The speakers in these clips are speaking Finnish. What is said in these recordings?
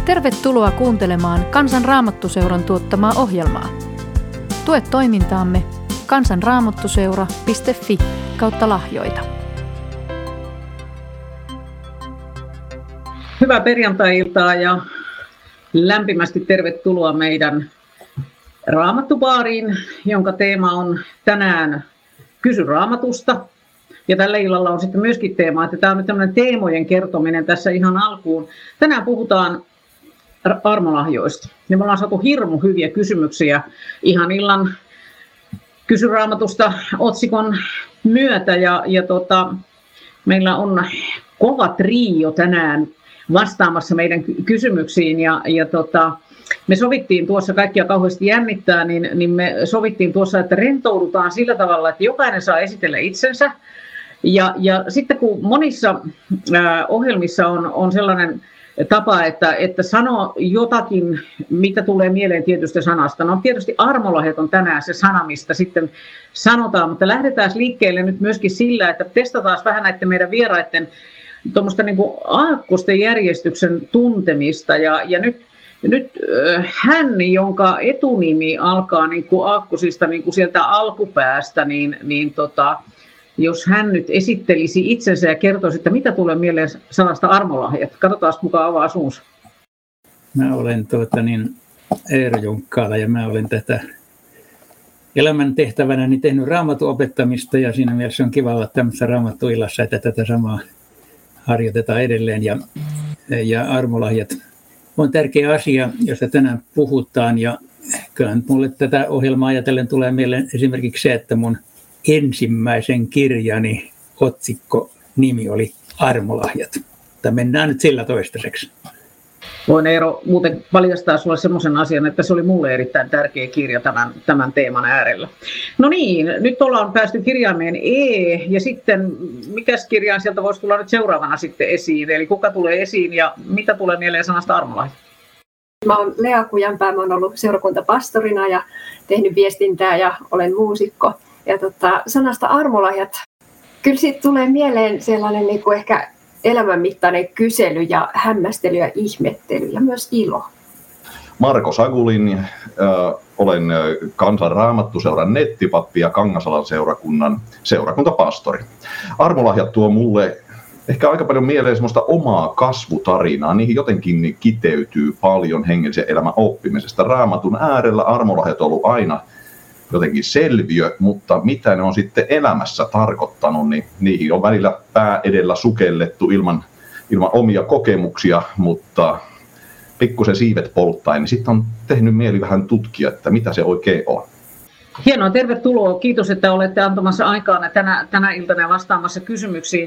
Tervetuloa kuuntelemaan Kansan Raamattuseuran tuottamaa ohjelmaa. Tue toimintaamme kansanraamattuseura.fi/lahjoita. Hyvää perjantai-iltaa ja lämpimästi tervetuloa meidän Raamattubaariin, jonka teema on tänään Kysy Raamatusta. Ja tällä illalla on sitten myöskin teema, että tämä on nyt tämmöinen teemojen kertominen tässä ihan alkuun. Tänään puhutaan armolahjoista. Ja me ollaan saatu hirmu hyviä kysymyksiä ihan illan Kysy Raamatusta otsikon myötä. Meillä on kova trio tänään vastaamassa meidän kysymyksiin. Me sovittiin tuossa, kaikkia kauheasti jännittää, niin me sovittiin tuossa, että rentoudutaan sillä tavalla, että jokainen saa esitellä itsensä. Ja sitten kun monissa ohjelmissa on sellainen tapa, että sanoo jotakin, mitä tulee mieleen tietystä sanasta. No tietysti armolahjat on tänään se sana, mistä sitten sanotaan, mutta lähdetään liikkeelle nyt myöskin sillä, että testataan vähän näiden meidän vieraiden tuommoista niin kuin aakkosten järjestyksen tuntemista. Ja nyt hän, jonka etunimi alkaa niin kuin aakkosista niin kuin sieltä alkupäästä, jos hän nyt esittelisi itsensä ja kertoisi, että mitä tulee mieleen sanasta armolahjat. Katsotaan, kuka avaa suunsa. Mä olen Eero Junkkaala ja mä olen tätä elämän tehtävänäni tehnyt raamatun opettamista ja siinä mielessä on kiva olla tämmöisessä raamattuillassa, että tätä samaa harjoitetaan edelleen ja armolahjat on tärkeä asia, josta tänään puhutaan ja kyllä mulle tätä ohjelmaa ajatellen tulee mieleen esimerkiksi se, että mun ensimmäisen kirjani otsikko-nimi oli Armolahjat. Tämä mennään nyt sillä toistaiseksi. Voin Eero muuten paljastaa sinulle semmoisen asian, että se oli mulle erittäin tärkeä kirja tämän teeman äärellä. No niin, nyt ollaan päästy kirjaimeen E, ja sitten mikäs kirjain sieltä voisi tulla nyt seuraavana sitten esiin? Eli kuka tulee esiin ja mitä tulee mieleen sanasta armolahjat? Mä oon Lea Kujanpää, mä oon ollut seurakuntapastorina ja tehnyt viestintää ja olen muusikko. Ja sanasta armolahjat, kyllä siitä tulee mieleen sellainen niin kuin ehkä elämänmittainen kysely ja hämmästely ja ihmettely ja myös ilo. Marko Sagulin, olen Kansan Raamattuseuran nettipappi ja Kangasalan seurakunnan seurakuntapastori. Armolahjat tuo mulle ehkä aika paljon mieleen semmoista omaa kasvutarinaa. Niihin jotenkin kiteytyy paljon hengellisen elämän oppimisesta. Raamatun äärellä armolahjat on ollut aina jotenkin selviö, mutta mitä ne on sitten elämässä tarkoittanut, niin niihin on välillä pää edellä sukellettu ilman omia kokemuksia, mutta pikkusen siivet polttaen, niin sitten on tehnyt mieli vähän tutkia, että mitä se oikein on. Hienoa, tervetuloa. Kiitos, että olette antamassa aikaa tänä iltana vastaamassa kysymyksiin.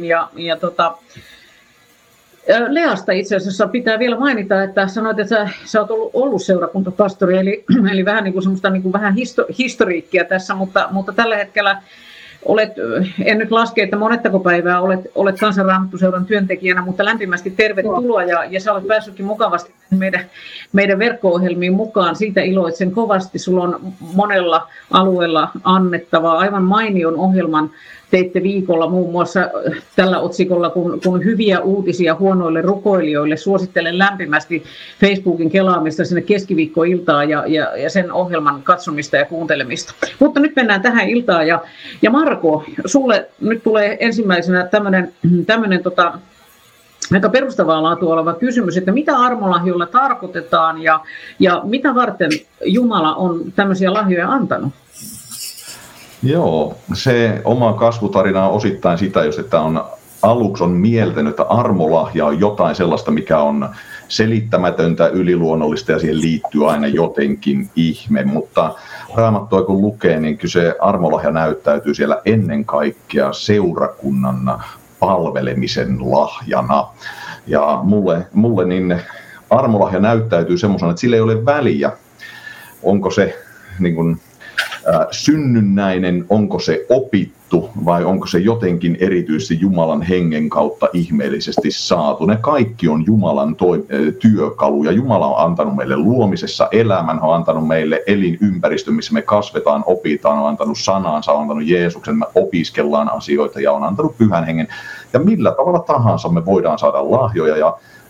Leasta itse asiassa pitää vielä mainita, että sanoit, että sä oot ollut seurakuntapastori, eli vähän niin kuin semmoista niin kuin vähän historiikkia tässä, mutta tällä hetkellä olet, en nyt laske, että monettako päivää olet Kansan Raamattuseuran työntekijänä, mutta lämpimästi tervetuloa ja sä olet päässytkin mukavasti meidän verkko-ohjelmiin mukaan. Siitä iloitsen kovasti. Sulla on monella alueella annettavaa, aivan mainion ohjelman. Teitte viikolla muun muassa tällä otsikolla, kun hyviä uutisia huonoille rukoilijoille. Suosittelen lämpimästi Facebookin kelaamista sinne keskiviikkoiltaan ja sen ohjelman katsomista ja kuuntelemista. Mutta nyt mennään tähän iltaan. Ja Marko, sulle nyt tulee ensimmäisenä tämmöinen aika perustavaa laatua oleva kysymys, että mitä armolahjoilla tarkoitetaan ja mitä varten Jumala on tämmöisiä lahjoja antanut? Joo, se oma kasvutarina on osittain sitä, jos että aluksi on mieltänyt, että armolahja on jotain sellaista, mikä on selittämätöntä, yliluonnollista ja siihen liittyy aina jotenkin ihme, mutta Raamattua kun lukee, niin kyllä se armolahja näyttäytyy siellä ennen kaikkea seurakunnan palvelemisen lahjana. Ja mulle niin armolahja näyttäytyy semmoisena, että sillä ei ole väliä, onko se niin kuin synnynnäinen, onko se opittu vai onko se jotenkin erityisesti Jumalan hengen kautta ihmeellisesti saatu. Ne kaikki on Jumalan työkaluja. Jumala on antanut meille luomisessa elämän, on antanut meille elinympäristö, missä me kasvetaan, opitaan, on antanut sanansa, on antanut Jeesuksen, me opiskellaan asioita ja on antanut Pyhän Hengen. Ja millä tavalla tahansa me voidaan saada lahjoja ja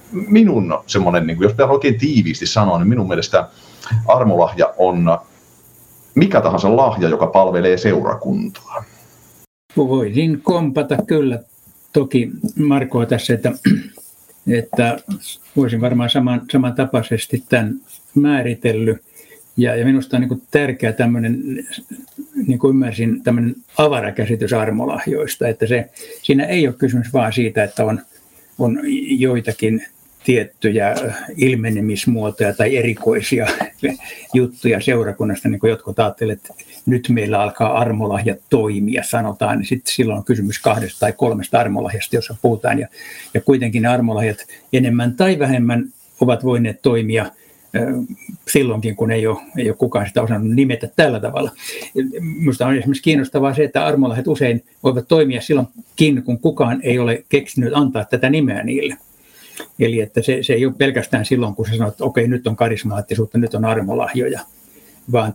minun semmoinen, niin jos pitää oikein tiiviisti sanoa, niin minun mielestä armolahja on mikä tahansa lahja, joka palvelee seurakuntaa. Voisin kompata kyllä toki Markoa tässä, että voisin varmaan samantapaisesti tämän määritellyt. Ja minusta on niin kuin tärkeä tämmöinen, niin kuin ymmärsin, tämmöinen avarakäsitys armolahjoista, että siinä ei ole kysymys vaan siitä, että on joitakin tiettyjä ilmenemismuotoja tai erikoisia juttuja seurakunnasta, niin kuin jotkut ajattelevat, että nyt meillä alkaa armolahjat toimia, sanotaan, niin sitten silloin on kysymys 2 tai 3 armolahjasta, jossa puhutaan, ja kuitenkin ne armolahjat enemmän tai vähemmän ovat voineet toimia silloinkin, kun ei ole kukaan sitä osannut nimetä tällä tavalla. Minusta on esimerkiksi kiinnostavaa se, että armolahjat usein voivat toimia silloinkin, kun kukaan ei ole keksinyt antaa tätä nimeä niille. Eli että se ei ole pelkästään silloin, kun sä sanot, että okei, nyt on karismaattisuutta, nyt on armolahjoja, vaan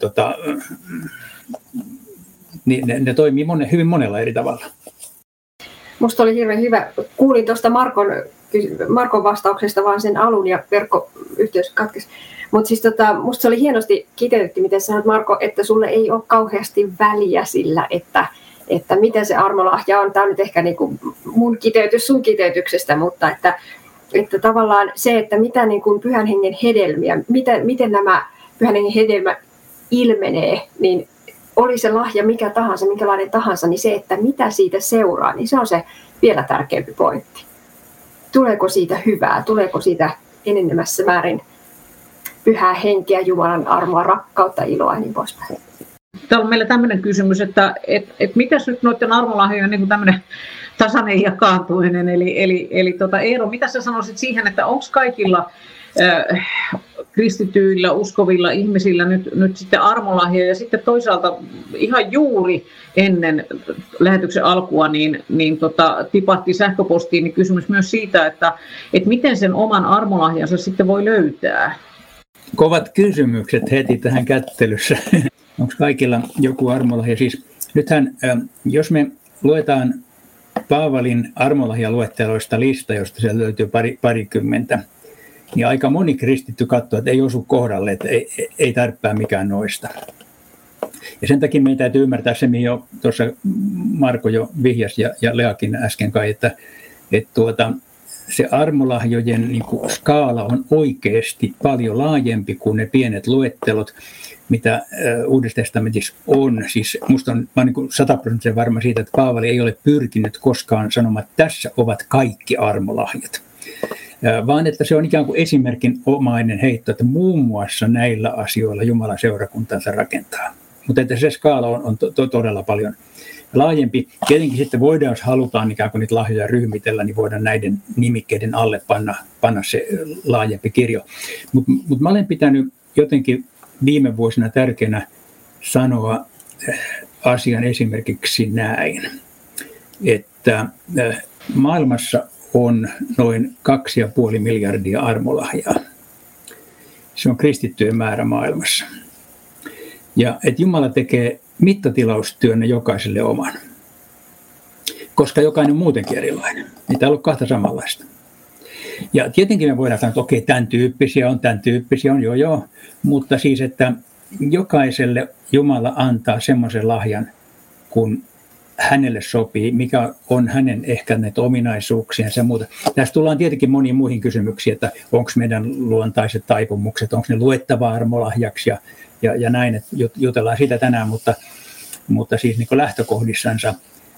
niin ne toimii hyvin monella eri tavalla. Musta oli hirveän hyvä. Kuulin tuosta Markon vastauksesta vaan sen alun ja verkkoyhteys katkesi. Mutta siis musta se oli hienosti kiteytetty, miten sanoit Marko, että sulle ei ole kauheasti väliä sillä, että miten se armolahja on. Tämä on nyt ehkä niin kuin mun kiteytys sun kiteytyksestä, mutta että tavallaan se, että mitä niin kuin pyhän hengen hedelmiä, miten nämä pyhän hengen hedelmä ilmenee, niin oli se lahja mikä tahansa, minkälainen tahansa, niin se, että mitä siitä seuraa, niin se on se vielä tärkeämpi pointti. Tuleeko siitä hyvää, tuleeko siitä enenemässä määrin pyhää henkeä, Jumalan armoa, rakkautta, iloa ja niin poispäin. Täällä on meillä tämmöinen kysymys, että mitäs nyt noiden armolahjojen niin kuin tämmöinen tasainen jakaantuminen, eli Eero, mitä sä sanoisit siihen, että onko kaikilla kristityillä, uskovilla ihmisillä nyt sitten armolahja, ja sitten toisaalta ihan juuri ennen lähetyksen alkua tipahti sähköpostiin niin kysymys myös siitä, että miten sen oman armolahjansa sitten voi löytää. Kovat kysymykset heti tähän kättelyssä. Onko kaikilla joku armolahja? Siis nythän, jos me luetaan Paavalin armolahjaluetteloista lista, josta siellä löytyy parikymmentä, niin aika moni kristitty katsoo, että ei osu kohdalle, että ei tärppää mikään noista. Ja sen takia meidän täytyy ymmärtää se, mihin jo tuossa Marko jo vihjasi ja Leakin äsken kai, että se armolahjojen niin kuin skaala on oikeasti paljon laajempi kuin ne pienet luettelot, mitä Uudessa testamentissa on. Siis musta mä olen niin 100% varma siitä, että Paavali ei ole pyrkinyt koskaan sanomaan, että tässä ovat kaikki armolahjat, vaan että se on ikään kuin esimerkinomainen heitto, että muun muassa näillä asioilla Jumalan seurakuntansa rakentaa. Mutta että se skaala on todella paljon laajempi. Tietenkin sitten voidaan, jos halutaan ikään kuin niitä lahjoja ryhmitellä, niin voidaan näiden nimikkeiden alle panna se laajempi kirjo. Mutta mä olen pitänyt jotenkin viime vuosina tärkeänä sanoa asian esimerkiksi näin, että maailmassa on noin 2,5 miljardia armolahjaa. Se on kristittyjen määrä maailmassa. Ja että Jumala tekee mittatilaustyönne jokaiselle oman, koska jokainen on muutenkin erilainen. Ei täällä ole 2 samanlaista. Ja tietenkin me voidaan sanoa, että okei, tämän tyyppisiä on, joo, mutta siis, että jokaiselle Jumala antaa semmoisen lahjan, kun hänelle sopii, mikä on hänen ehkä näitä ominaisuuksiensa ja muuta. Tässä tullaan tietenkin moniin muihin kysymyksiin, että onko meidän luontaiset taipumukset, onko ne luettava armolahjaksi ja näin, että jutellaan siitä tänään, mutta siis niin kuin lähtökohdissansa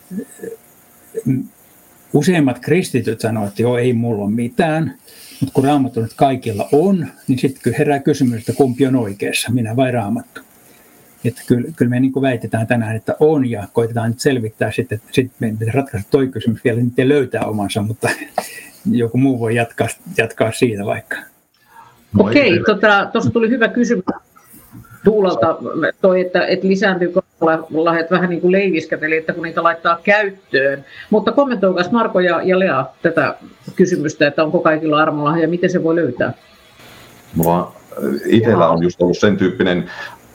useimmat kristityt sanoo, että joo, ei mulla ole mitään, mutta kun Raamattu nyt kaikilla on, niin sitten herää kysymys, että kumpi on oikeassa, minä vai Raamattu. Että kyllä me niin kuin väitetään tänään, että on, ja koitetaan nyt selvittää sitten meidän pitää ratkaista toi kysymys vielä, niin te löytää omansa, mutta joku muu voi jatkaa siitä vaikka. Okei, tuossa tuli hyvä kysymys Tuulalta, että lisääntyykö lahjat vähän niin kuin leiviskät, eli että kun niitä laittaa käyttöön. Mutta kommentoikas Marko ja Lea tätä kysymystä, että onko kaikilla armolahja ja miten se voi löytää? Mulla itsellä on just ollut sen tyyppinen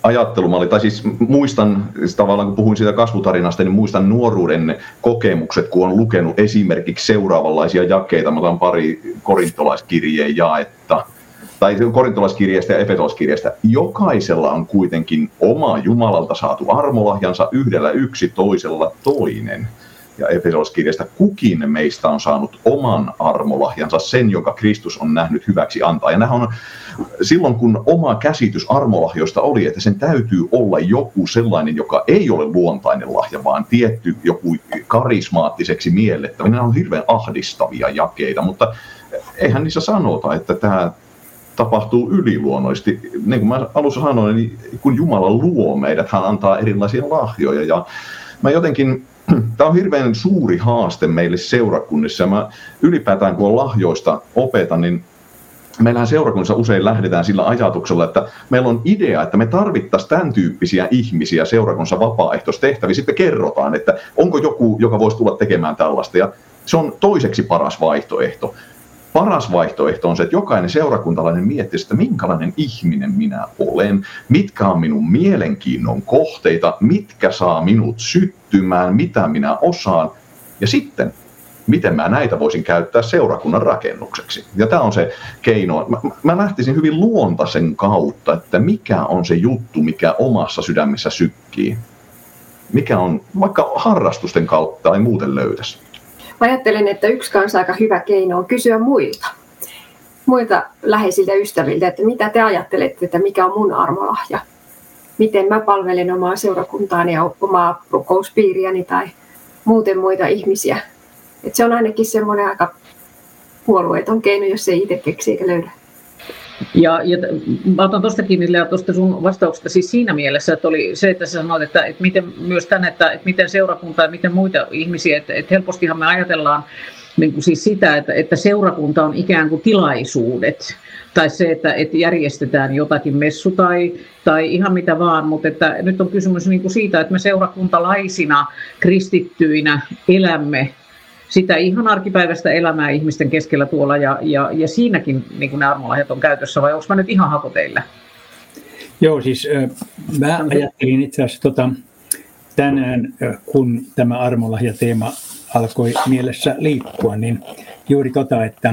ajattelumalli, tai siis muistan tavallaan kun puhuin siitä kasvutarinasta, niin muistan nuoruuden kokemukset, kun on lukenut esimerkiksi seuraavanlaisia jakeita. Mä otan pari korintolaiskirjeen jaetta, tai korintolaiskirjeestä ja efesolaiskirjeestä. Jokaisella on kuitenkin oma Jumalalta saatu armolahjansa, yhdellä yksi, toisella toinen. Ja efesolaiskirjeestä kukin meistä on saanut oman armolahjansa, sen, jonka Kristus on nähnyt hyväksi antaa. Ja nämä on silloin, kun oma käsitys armolahjoista oli, että sen täytyy olla joku sellainen, joka ei ole luontainen lahja, vaan tietty joku karismaattiseksi miellettävä. Nämä on hirveän ahdistavia jakeita, mutta eihän niissä sanota, että tämä tapahtuu yliluonnollisesti. Niin kuin mä alussa sanoin, niin kun Jumala luo meidät, hän antaa erilaisia lahjoja. Ja mä jotenkin, tämä on hirveän suuri haaste meille seurakunnissa. Mä ylipäätään kun on lahjoista opetan, niin meillähän seurakunnassa usein lähdetään sillä ajatuksella, että meillä on idea, että me tarvittaisiin tämän tyyppisiä ihmisiä seurakunnassa vapaaehtoistehtäviä. Sitten kerrotaan, että onko joku, joka voisi tulla tekemään tällaista. Ja se on toiseksi paras vaihtoehto. Paras vaihtoehto on se, että jokainen seurakuntalainen miettisi, että minkälainen ihminen minä olen, mitkä on minun mielenkiinnon kohteita, mitkä saa minut syttymään, mitä minä osaan, ja sitten, miten mä näitä voisin käyttää seurakunnan rakennukseksi. Ja tämä on se keino. Mä lähtisin hyvin luontaisen kautta, että mikä on se juttu, mikä omassa sydämessä sykkii. Mikä on vaikka harrastusten kautta tai muuten löytäisi. Ajattelen, että yksi kanssa aika hyvä keino on kysyä muilta läheisiltä ystäviltä, että mitä te ajattelette, että mikä on mun armolahja. Miten mä palvelen omaa seurakuntaani ja omaa rukouspiiriäni tai muuten muita ihmisiä. Että se on ainakin semmoinen aika puolueeton keino, jos ei itse keksi eikä löydä. Ja mä otan tuosta kiinni tuosta sun vastauksesta siis siinä mielessä, että oli se, että sä sanoit, että miten myös tänne, että miten seurakunta ja miten muita ihmisiä, että helpostihan me ajatellaan niin kuin siis sitä, että seurakunta on ikään kuin tilaisuudet tai se, että järjestetään jotakin messu tai ihan mitä vaan, mutta että nyt on kysymys niin kuin siitä, että me seurakuntalaisina kristittyinä elämme sitä ihan arkipäiväistä elämää ihmisten keskellä tuolla ja siinäkin niin kuin ne armolahjat on käytössä, vai onko mä nyt ihan hakoteillä? Joo, siis mä ajattelin itse asiassa tänään, kun tämä armolahjateema alkoi mielessä liikkua, niin juuri että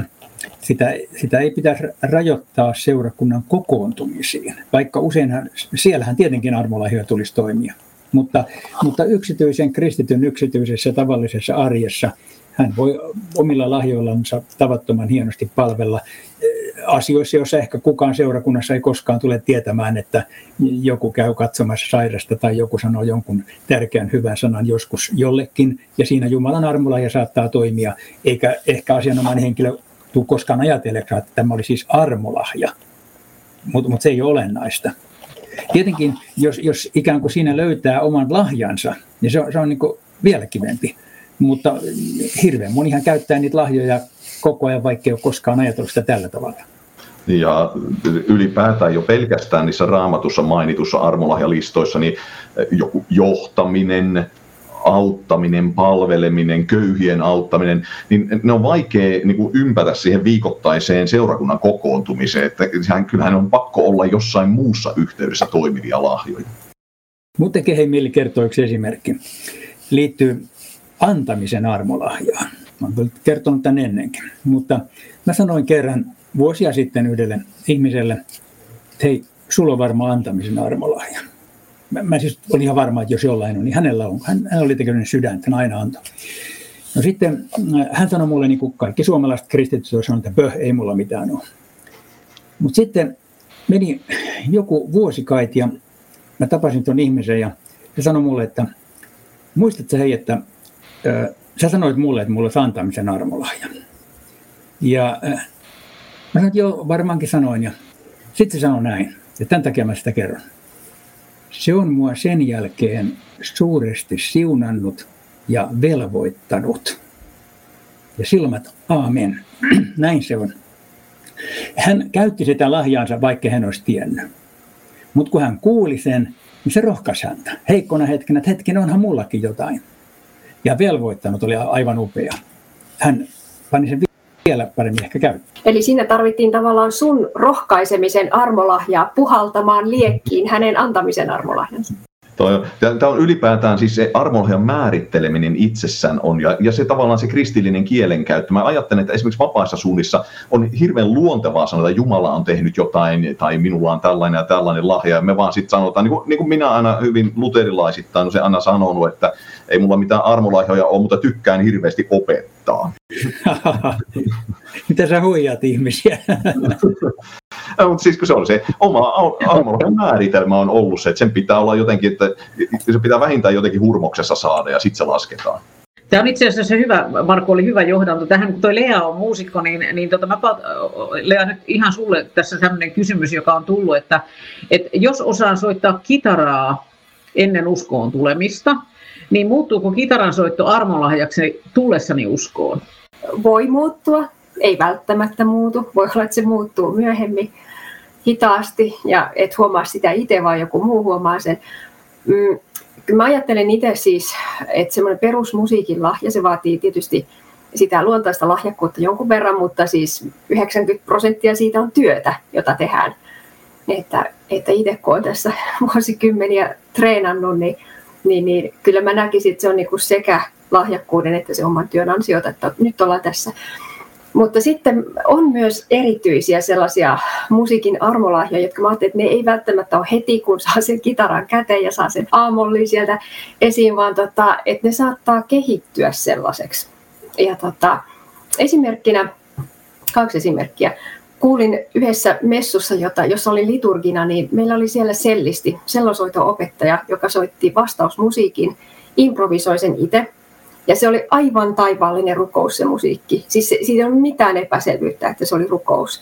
sitä ei pitäisi rajoittaa seurakunnan kokoontumisiin, vaikka useinhan, siellähän tietenkin armolahjoja tulisi toimia, mutta yksityisen kristityn yksityisessä tavallisessa arjessa hän voi omilla lahjoillansa tavattoman hienosti palvella asioissa, joissa ehkä kukaan seurakunnassa ei koskaan tule tietämään, että joku käy katsomassa sairasta tai joku sanoo jonkun tärkeän hyvän sanan joskus jollekin, ja siinä Jumalan armolahja saattaa toimia, eikä ehkä asianomainen henkilö tule koskaan ajatelleeksi, että tämä oli siis armolahja, mutta se ei ole olennaista. Tietenkin, jos ikään kuin siinä löytää oman lahjansa, niin se on niin kuin vielä kivempi. Mutta hirveän monihan käyttää niitä lahjoja koko ajan, vaikka ei ole koskaan ajatellut sitä tällä tavalla. Ja ylipäätään jo pelkästään niissä Raamatussa mainitussa armolahjalistoissa, niin joku johtaminen, auttaminen, palveleminen, köyhien auttaminen, niin ne on vaikea niin kuin ympätä siihen viikoittaiseen seurakunnan kokoontumiseen. Että kyllähän on pakko olla jossain muussa yhteydessä toimivia lahjoja. Mut tekee hei mieli kertoa yksi esimerkki. Liittyy antamisen armolahjaan. Mä olen kertonut tämän ennenkin, mutta mä sanoin kerran vuosia sitten yhdelle ihmiselle, että hei, sulla on varmaan antamisen armolahja. Mä siis olin ihan varma, että jos jollain on, niin hänellä on. Hän oli tekenyt sydäntä, hän aina antoi. No sitten hän sanoi mulle, niin kuin kaikki suomalaiset kristityt sanoivat, että ei mulla mitään ole. Mutta sitten meni joku vuosikait ja mä tapasin tuon ihmisen ja hän sanoi mulle, että muistatko hei, että sä sanoit mulle, että mulla on antamisen armolahja. Ja mä sanoin, että joo, varmaankin sanoin. Ja sitten se sanoi näin, ja tämän takia mä sitä kerron. Se on mua sen jälkeen suuresti siunannut ja velvoittanut. Ja silloin mä, aamen, näin se on. Hän käytti sitä lahjaansa, vaikka hän olisi tiennyt. Mutta kun hän kuuli sen, niin se rohkaisi häntä. Heikkona hetkenä, että hetken onhan mullakin jotain. Ja velvoittanut oli aivan upea. Hän pani sen vielä paremmin ehkä käy. Eli siinä tarvittiin tavallaan sun rohkaisemisen armolahjaa puhaltamaan liekkiin hänen antamisen armolahjansa. Tämä on ylipäätään siis se armolahjan määritteleminen itsessään on, ja se tavallaan se kristillinen kielenkäyttö. Mä ajattelen, että esimerkiksi vapaissa suunnissa on hirveän luontevaa sanoa, että Jumala on tehnyt jotain, tai minulla on tällainen ja tällainen lahja, ja me vaan sitten sanotaan, niin kuin minä aina hyvin luterilaisittain, se aina sanonut, että ei mulla mitään armolahjoja ole, mutta tykkään hirveästi opettaa. Mitä sä huijaat ihmisiä? Mutta siis kun se oli se oma armolahjan määritelmä on ollut se, että sen pitää olla jotenkin, että se pitää vähintään jotenkin hurmoksessa saada ja sitten se lasketaan. Tämä on itse asiassa hyvä, Marko, oli hyvä johdanto tähän, kun toi Lea on muusikko, niin Lea, nyt ihan sulle tässä sellainen kysymys, joka on tullut, että jos osaan soittaa kitaraa ennen uskoon tulemista, niin muuttuuko kitaran soitto armolahjaksi tullessani uskoon? Voi muuttua, ei välttämättä muutu. Voi olla, että se muuttuu myöhemmin hitaasti ja et huomaa sitä itse, vaan joku muu huomaa sen. Mä ajattelen itse siis, että semmoinen perusmusiikin lahja, se vaatii tietysti sitä luontaista lahjakkuutta jonkun verran, mutta siis 90% siitä on työtä, jota tehdään. Että itse kun olen tässä vuosikymmeniä treenannut, niin kyllä mä näkisin, että se on niinku sekä lahjakkuuden että se oman työn ansiota, että nyt ollaan tässä. Mutta sitten on myös erityisiä sellaisia musiikin armolahjoja, jotka mä ajattelin, että ne ei välttämättä ole heti, kun saa sen kitaran käteen ja saa sen aamollin sieltä esiin, vaan että ne saattaa kehittyä sellaiseksi. Ja esimerkkinä, 2 esimerkkiä. Kuulin yhdessä messussa, jossa oli liturgina, niin meillä oli siellä sellonsoito-opettaja, joka soitti vastausmusiikin, improvisoi sen itse. Ja se oli aivan taivaallinen rukous se musiikki. Siis siitä ei ole mitään epäselvyyttä, että se oli rukous.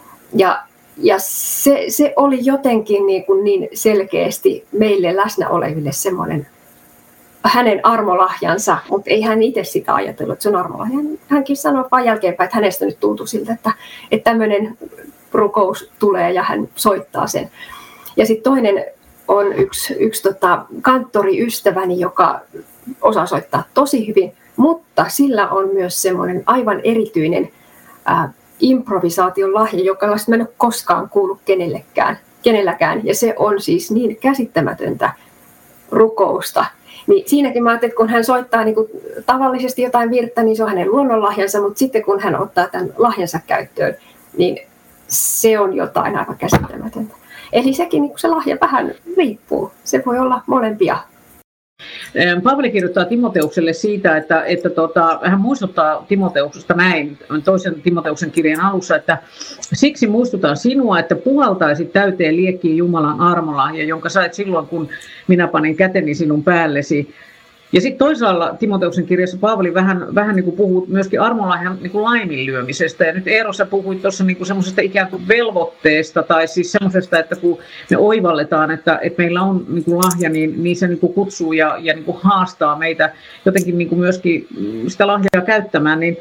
Ja se oli jotenkin niin selkeästi meille läsnä oleville semmoinen hänen armolahjansa, mutta ei hän itse sitä ajatellut, että se on armolahja. Hänkin sanoi vain jälkeenpäin, että hänestä nyt tuntui siltä, että tämmöinen rukous tulee ja hän soittaa sen. Ja sitten toinen on yksi kanttoriystäväni, joka osaa soittaa tosi hyvin, mutta sillä on myös semmoinen aivan erityinen improvisaation lahja, joka mä en ole koskaan kuullut kenelläkään. Ja se on siis niin käsittämätöntä rukousta. Niin siinäkin mä ajattelin, että kun hän soittaa niin kuin tavallisesti jotain virttä, niin se on hänen luonnonlahjansa, mutta sitten kun hän ottaa tämän lahjansa käyttöön, niin se on jotain aivan käsittämätöntä. Eli sekin niin se lahja vähän riippuu. Se voi olla molempia. Paavali kirjoittaa Timoteukselle siitä, että hän muistuttaa Timoteuksesta näin toisen Timoteuksen kirjan alussa, että siksi muistutan sinua, että puhaltaisit täyteen liekkiin Jumalan armolahja, jonka sait silloin, kun minä panin käteni sinun päällesi. Ja sitten toisaalla Timoteuksen kirjassa Paavali vähän niin kuin puhuu myöskin armolahjan niin kuin laiminlyömisestä. Ja nyt Eero, sä puhuit tuossa niin kuin semmoisesta ikään kuin velvoitteesta tai siis semmoisesta, että kun me oivalletaan, että meillä on niin kuin lahja, niin se niin kuin kutsuu ja niin kuin haastaa meitä jotenkin niin kuin myöskin sitä lahjaa käyttämään. Niin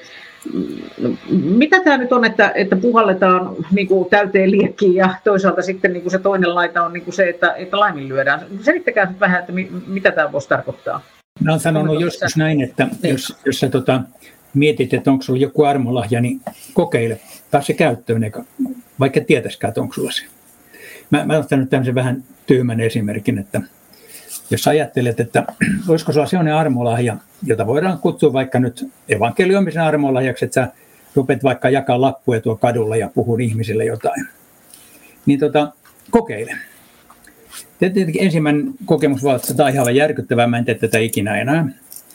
mitä tämä nyt on, että puhalletaan niin kuin täyteen liekkiin ja toisaalta sitten niin kuin se toinen laita on niin kuin se, että laiminlyödään. Selittäkää vähän, että mitä tämä voisi tarkoittaa. Mä olen sanonut joskus näin, että jos sä mietit, että onko sulla joku armolahja, niin kokeile taas se käyttöön, vaikka tietäisikään, että onko sulla se. Mä olen ottanut tämmöisen vähän tyhmän esimerkin, että jos ajattelet, että olisiko sulla sellainen armolahja, jota voidaan kutsua vaikka nyt evankeliumisen armolahjaksi, että sä rupeat vaikka jakaa lappuja tuolla kadulla ja puhun ihmisille jotain, niin kokeile. Tietenkin ensimmäinen kokemus voi olla, että tämä on ihan järkyttävää, mä en tee tätä ikinä enää.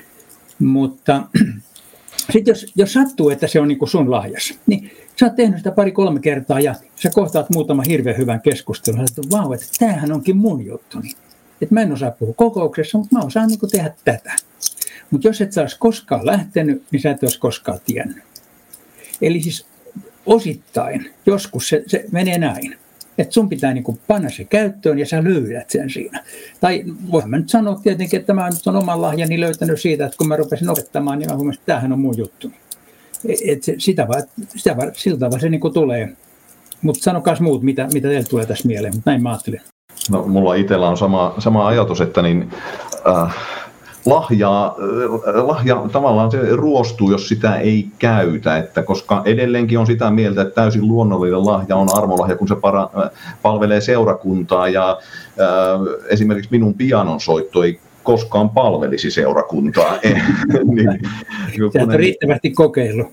Mutta sitten jos sattuu, että se on niin kuin sun lahjas, niin sä oot tehnyt sitä 2-3 kertaa ja sä kohtaat muutaman hirveän hyvän keskustelun. Sä oot, vau, että tämähän onkin mun juttuni. Että mä en osaa puhua kokouksessa, mutta mä osaan niin kuin tehdä tätä. Mutta jos et sä olisi koskaan lähtenyt, niin sä et olisi koskaan tiennyt. Eli siis osittain joskus se menee näin. Että sun pitää niin kuin panna se käyttöön ja sä löydät sen siinä. Tai voin mä nyt sanoa tietenkin, että mä nyt on oman lahjani löytänyt siitä, että kun mä rupesin opettamaan, niin mä huomasin, että tämähän on mun juttuni. Sillä tavalla se niin kuin tulee. Mutta sanokaa muut, mitä teille tulee tässä mieleen, mutta näin mä ajattelin. No, mulla itsellä on sama ajatus, että lahja tavallaan se ruostuu, jos sitä ei käytä, että koska edelleenkin on sitä mieltä, että täysin luonnollinen lahja on armolahja, kun se palvelee seurakuntaa ja esimerkiksi minun pianon soitto ei koskaan palvelisi seurakuntaa. Sä olet riittävästi kokeillut.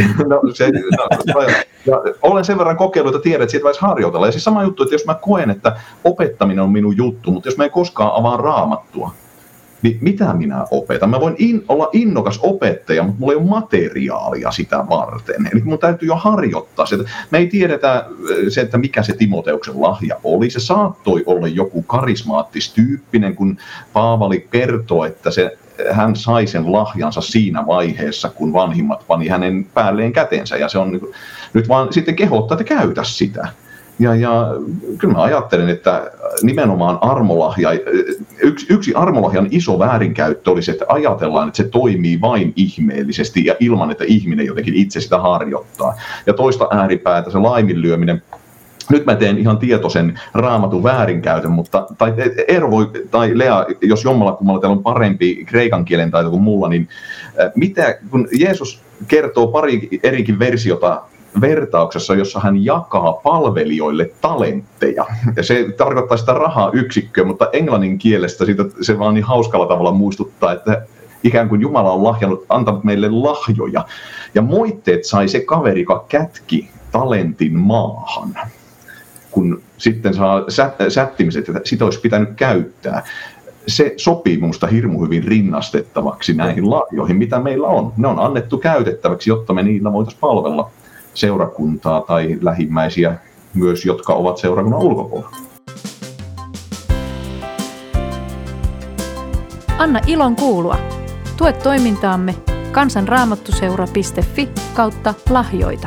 Olen sen verran kokeillut, että tiedän, että siitä voisi harjoitella. Ja siis sama juttu, että jos mä koen, että opettaminen on minun juttu, mutta jos mä en koskaan avaa Raamattua, niin mitä minä opetan? Mä voin olla innokas opettaja, mutta mulla ei ole materiaalia sitä varten. Eli mun täytyy jo harjoittaa sitä. Me ei tiedetä se, että mikä se Timoteuksen lahja oli. Se saattoi olla joku karismaattistyyppinen, kun Paavali kertoo, että hän sai sen lahjansa siinä vaiheessa, kun vanhimmat pani hänen päälleen kätensä. Ja se on nyt vaan sitten kehottaa, että käytä sitä. Ja kyllä mä ajattelen, että nimenomaan armolahja, yksi armolahjan iso väärinkäyttö olisi, että ajatellaan, että se toimii vain ihmeellisesti ja ilman, että ihminen jotenkin itse sitä harjoittaa. Ja toista ääripäätä se laiminlyöminen. Nyt mä teen ihan tietoisen Raamatun väärinkäytön, mutta Eero tai Lea, jos jommallakummalla teillä on parempi kreikan kielen taito kuin mulla, niin kun Jeesus kertoo pari erikin versiota vertauksessa, jossa hän jakaa palvelijoille talentteja. Ja se tarkoittaa sitä rahayksikköä, mutta englannin kielestä se vaan niin hauskalla tavalla muistuttaa, että ikään kuin Jumala on antanut meille lahjoja. Ja moitteet sai se kaveri, joka kätki talentin maahan, kun sitten saa sättimiset, että sitä olisi pitänyt käyttää. Se sopii minusta hirmu hyvin rinnastettavaksi näihin lahjoihin, mitä meillä on. Ne on annettu käytettäväksi, jotta me niillä voitaisiin palvella seurakuntaa tai lähimmäisiä myös, jotka ovat seurakunnan ulkopuolella. Anna ilon kuulua. Tue toimintaamme kansanraamattuseura.fi/lahjoita.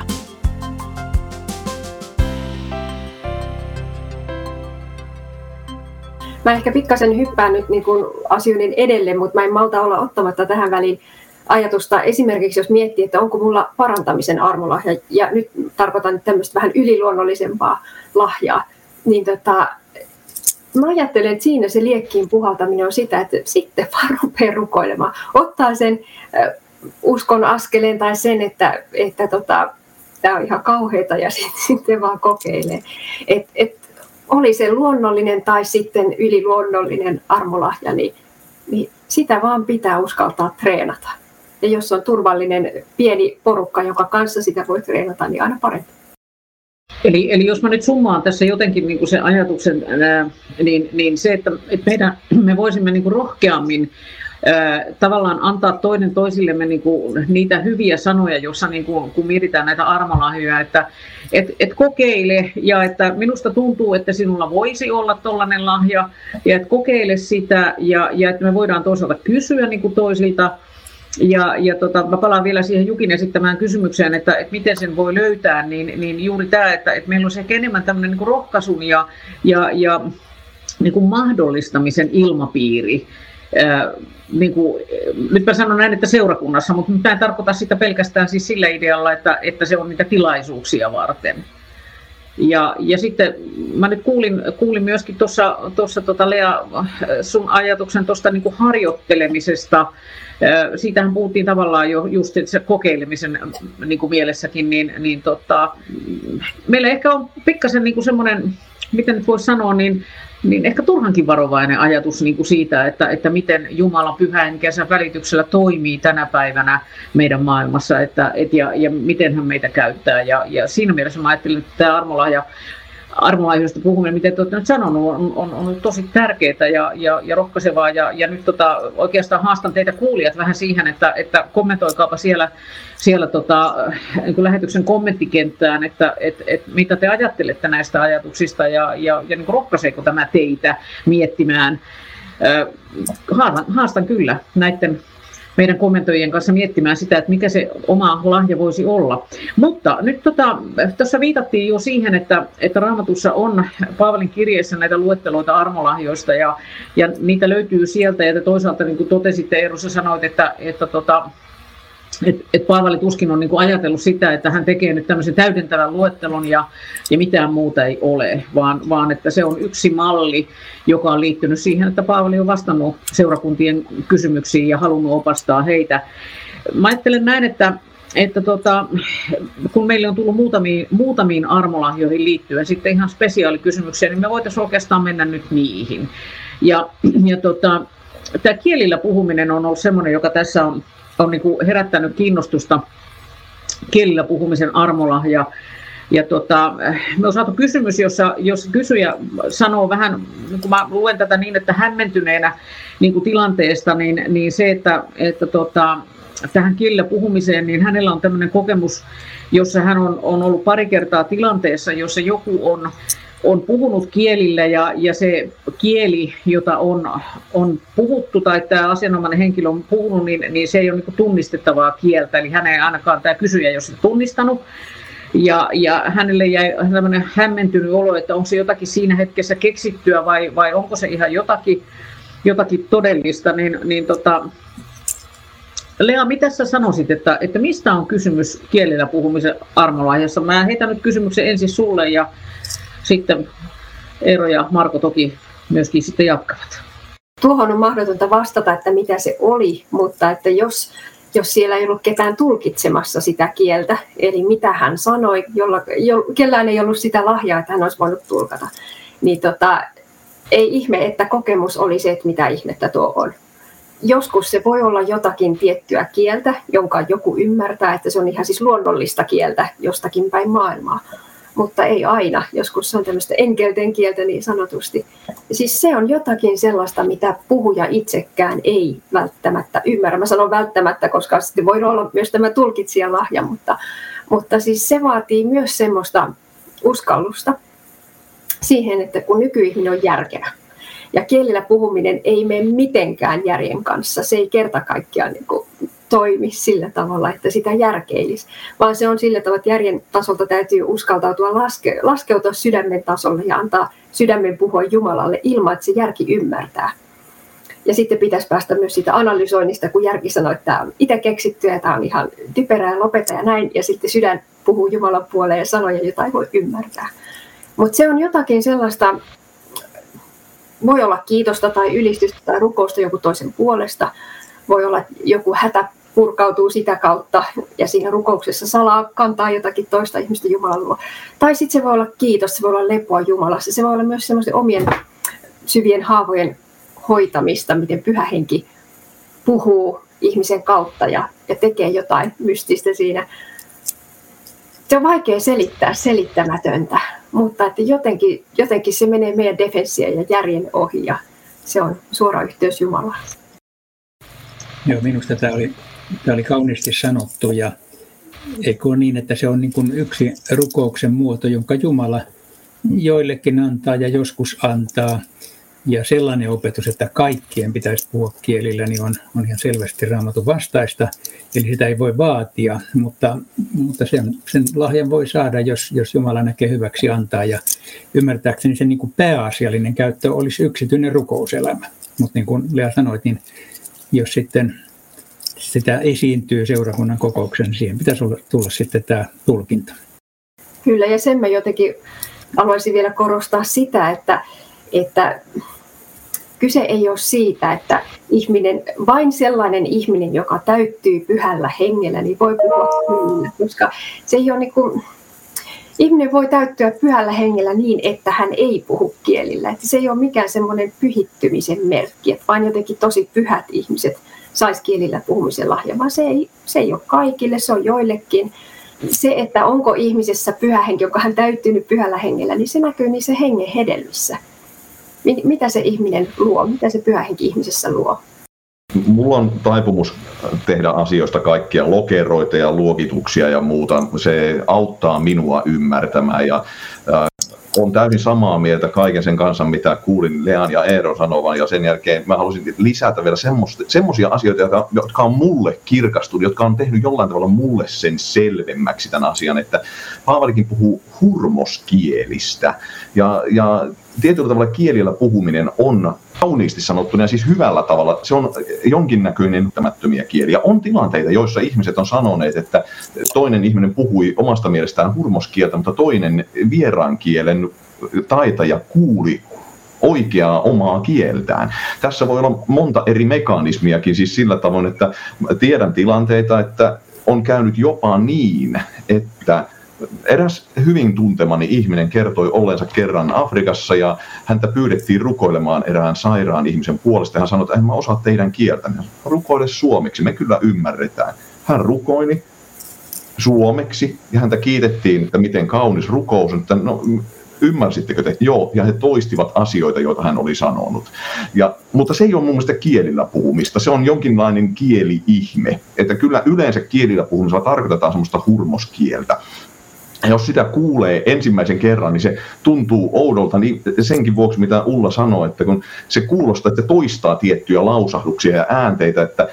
Mä ehkä pikkasen hyppään nyt niin kuin asioiden edelle, mutta mä en malta olla ottamatta tähän väliin ajatusta esimerkiksi, jos miettii, että onko mulla parantamisen armolahja, ja nyt tarkoitan tämmöistä vähän yliluonnollisempaa lahjaa, niin mä ajattelen, että siinä se liekkiin puhaltaminen on sitä, että sitten vaan rupeaa rukoilemaan. Ottaa sen uskon askeleen tai sen, että tämä on ihan kauheata ja sitten vaan kokeilee. Oli se luonnollinen tai sitten yliluonnollinen armolahja, niin sitä vaan pitää uskaltaa treenata. Ja jos on turvallinen pieni porukka, joka kanssa sitä voi treenata, niin aina parempi. Eli jos mä nyt summaan tässä jotenkin niin kuin sen ajatuksen, niin se, että me voisimme niin kuin rohkeammin tavallaan antaa toinen toisillemme niin kuin niitä hyviä sanoja, jossa niin kuin, kun mietitään näitä armolahjoja, että kokeile ja että minusta tuntuu, että sinulla voisi olla tollainen lahja ja että kokeile sitä ja että me voidaan toisaalta kysyä niin kuin toisilta. Ja mä palaan vielä siihen Jukin esittämään kysymykseen, että miten sen voi löytää, niin juuri tämä, että meillä on ehkä enemmän tämmöinen niin kuin rohkaisun ja niin kuin mahdollistamisen ilmapiiri. Niin kuin, nyt mä sanon näin, että seurakunnassa, mutta mä en tarkoita sitä pelkästään siis sillä idealla, että se on niitä tilaisuuksia varten. Ja sitten mä nyt kuulin myöskin tuossa Lea sun ajatuksen tuosta niin kuin harjoittelemisesta. Siitähän puhuttiin tavallaan jo just se kokeilemisen niin kuin mielessäkin, niin meillä ehkä on pikkasen niin kuin semmoinen, miten nyt voisi sanoa, niin ehkä turhankin varovainen ajatus niin kuin siitä, että miten Jumala pyhähenkensä välityksellä toimii tänä päivänä meidän maailmassa ja miten hän meitä käyttää. Ja siinä mielessä mä ajattelin, että tämä armolahjoista puhuminen, miten te olette nyt sanonut, on tosi tärkeää ja rohkaisevaa. Ja nyt oikeastaan haastan teitä kuulijat vähän siihen, että kommentoikaapa siellä niin kuin lähetyksen kommenttikenttään, että mitä te ajattelette näistä ajatuksista ja niin kuin rohkaiseeko tämä teitä miettimään. Haastan kyllä näiden meidän kommentoijien kanssa miettimään sitä, että mikä se oma lahja voisi olla. Mutta nyt tuossa viitattiin jo siihen, että Raamatussa on Paavalin kirjeessä näitä luetteloita armolahjoista ja niitä löytyy sieltä. Ja te toisaalta, niin kuin totesitte, Eero, sä sanoit, että että Paavali tuskin on niin kuin ajatellut sitä, että hän tekee nyt tämmöisen täydentävän luettelon ja mitään muuta ei ole, vaan että se on yksi malli, joka on liittynyt siihen, että Paavali on vastannut seurakuntien kysymyksiin ja halunnut opastaa heitä. Mä ajattelen näin, että kun meille on tullut muutamiin armolahjoihin liittyen sitten ihan spesiaalikysymyksiä, niin me voitaisiin oikeastaan mennä nyt niihin. Tämä kielillä puhuminen on ollut semmoinen, joka tässä on niin kuin herättänyt kiinnostusta, kielillä puhumisen armolahja. Me on saatu kysymys, jossa kysyjä sanoo vähän, kun mä luen tätä niin, että hämmentyneenä niin kuin tilanteesta, niin se, että tähän kielillä puhumiseen, niin hänellä on tämmöinen kokemus, jossa hän on ollut pari kertaa tilanteessa, jossa joku on puhunut kielillä ja se kieli, jota on puhuttu tai tämä asianomainen henkilö on puhunut, niin se ei ole niin kuin tunnistettavaa kieltä, eli hän ei ainakaan tämä kysyjä jos tunnistanut. Ja hänelle jäi tämmöinen hämmentynyt olo, että onko se jotakin siinä hetkessä keksittyä vai onko se ihan jotakin todellista, Lea, mitä sä sanoisit, että mistä on kysymys kielillä puhumisen armolahjassa? Mä heitän nyt kysymyksen ensin sulle ja sitten Eero ja Marko toki myöskin sitten jatkavat. Tuohon on mahdotonta vastata, että mitä se oli, mutta että jos siellä ei ollut ketään tulkitsemassa sitä kieltä, eli mitä hän sanoi, kellään ei ollut sitä lahjaa, että hän olisi voinut tulkata, niin ei ihme, että kokemus oli se, että mitä ihmettä tuo on. Joskus se voi olla jotakin tiettyä kieltä, jonka joku ymmärtää, että se on ihan siis luonnollista kieltä jostakin päin maailmaa. Mutta ei aina. Joskus se on tämmöistä enkelten kieltä niin sanotusti. Siis se on jotakin sellaista, mitä puhuja itsekään ei välttämättä ymmärrä. Mä sanon välttämättä, koska sitten voi olla myös tämä tulkitsijalahja, mutta siis se vaatii myös semmoista uskallusta siihen, että kun nykyihminen on järkevä. Ja kielillä puhuminen ei mene mitenkään järjen kanssa. Se ei kerta kaikkiaan niin kuin toimi sillä tavalla, että sitä järkeilisi. Vaan se on sillä tavalla, että järjen tasolta täytyy uskaltautua laskeutua sydämen tasolle ja antaa sydämen puhua Jumalalle ilman, että se järki ymmärtää. Ja sitten pitäisi päästä myös siitä analysoinnista, kun järki sanoo, että tämä on itse keksitty ja tämä on ihan typerää ja lopeta ja näin. Ja sitten sydän puhuu Jumalan puoleen ja sanoja, jota ei voi ymmärtää. Mutta se on jotakin sellaista, voi olla kiitosta tai ylistystä tai rukousta joku toisen puolesta. Voi olla, että joku hätä purkautuu sitä kautta ja siinä rukouksessa salaa kantaa jotakin toista ihmistä Jumalan luo. Tai sitten se voi olla kiitos, se voi olla lepoa Jumalassa. Se voi olla myös semmoisten omien syvien haavojen hoitamista, miten Pyhä Henki puhuu ihmisen kautta ja tekee jotain mystistä siinä. Se on vaikea selittää selittämätöntä, mutta että jotenkin se menee meidän defenssien ja järjen ohi ja se on suora yhteys Jumalaan. Joo, minusta tämä oli kauniisti sanottu ja eikö ole niin, että se on niin kuin yksi rukouksen muoto, jonka Jumala joillekin antaa ja joskus antaa. Ja sellainen opetus, että kaikkien pitäisi puhua kielillä, niin on ihan selvästi Raamatun vastaista. Eli sitä ei voi vaatia, mutta sen lahjan voi saada, jos Jumala näkee hyväksi antaa. Ja ymmärtääkseni sen niin kuin pääasiallinen käyttö olisi yksityinen rukouselämä. Mutta niin kuin Lea sanoit, niin jos sitten sitä esiintyy seurakunnan kokouksen, niin siihen pitäisi tulla sitten tämä tulkinta. Kyllä, ja sen mä jotenkin haluaisin vielä korostaa sitä, että kyse ei ole siitä, että vain sellainen ihminen, joka täyttyy Pyhällä Hengellä, niin voi puhua kyllä, koska se ei ole niin kuin, ihminen voi täyttyä Pyhällä Hengellä niin, että hän ei puhu kielillä. Että se ei ole mikään semmoinen pyhittymisen merkki, että vain jotenkin tosi pyhät ihmiset saisi kielillä puhumisen lahja, vaan se ei ole kaikille, se on joillekin. Se, että onko ihmisessä Pyhä Henki, joka hän täyttynyt Pyhällä Hengellä, niin se näkyy niissä hengen hedelmissä. Mitä se ihminen luo, mitä se Pyhä Henki ihmisessä luo? Mulla on taipumus tehdä asioista kaikkia lokeroita ja luokituksia ja muuta. Se auttaa minua ymmärtämään ja on täysin samaa mieltä kaiken sen kanssa, mitä kuulin Lean ja Eero sanovan, ja sen jälkeen mä halusin lisätä vielä semmoisia asioita, jotka on mulle kirkastunut, jotka on tehnyt jollain tavalla mulle sen selvemmäksi tämän asian, että Paavalikin puhuu hurmoskielistä, ja tietyllä tavalla kielillä puhuminen on kauniisti sanottuna ja siis hyvällä tavalla, se on jonkinnäköinen ymmärtämättömiä kieliä. On tilanteita, joissa ihmiset on sanoneet, että toinen ihminen puhui omasta mielestään hurmoskieltä, mutta toinen vieraan kielen taitaja kuuli oikeaa omaa kieltään. Tässä voi olla monta eri mekanismiakin, siis sillä tavoin, että tiedän tilanteita, että on käynyt jopa niin, että eräs hyvin tuntemani ihminen kertoi olleensa kerran Afrikassa ja häntä pyydettiin rukoilemaan erään sairaan ihmisen puolesta. Hän sanoi, että en mä osaa teidän kieltä. Rukoile suomeksi, me kyllä ymmärretään. Hän rukoili suomeksi ja häntä kiitettiin, että miten kaunis rukous. Että no, ymmärsittekö te? Joo, ja he toistivat asioita, joita hän oli sanonut. Mutta se ei ole mun mielestä kielillä puhumista, se on jonkinlainen kieli-ihme. Että kyllä yleensä kielillä puhumisella tarkoitetaan semmoista hurmoskieltä. Ja jos sitä kuulee ensimmäisen kerran, niin se tuntuu oudolta niin senkin vuoksi, mitä Ulla sanoi, että kun se kuulostaa, että toistaa tiettyjä lausahduksia ja äänteitä, että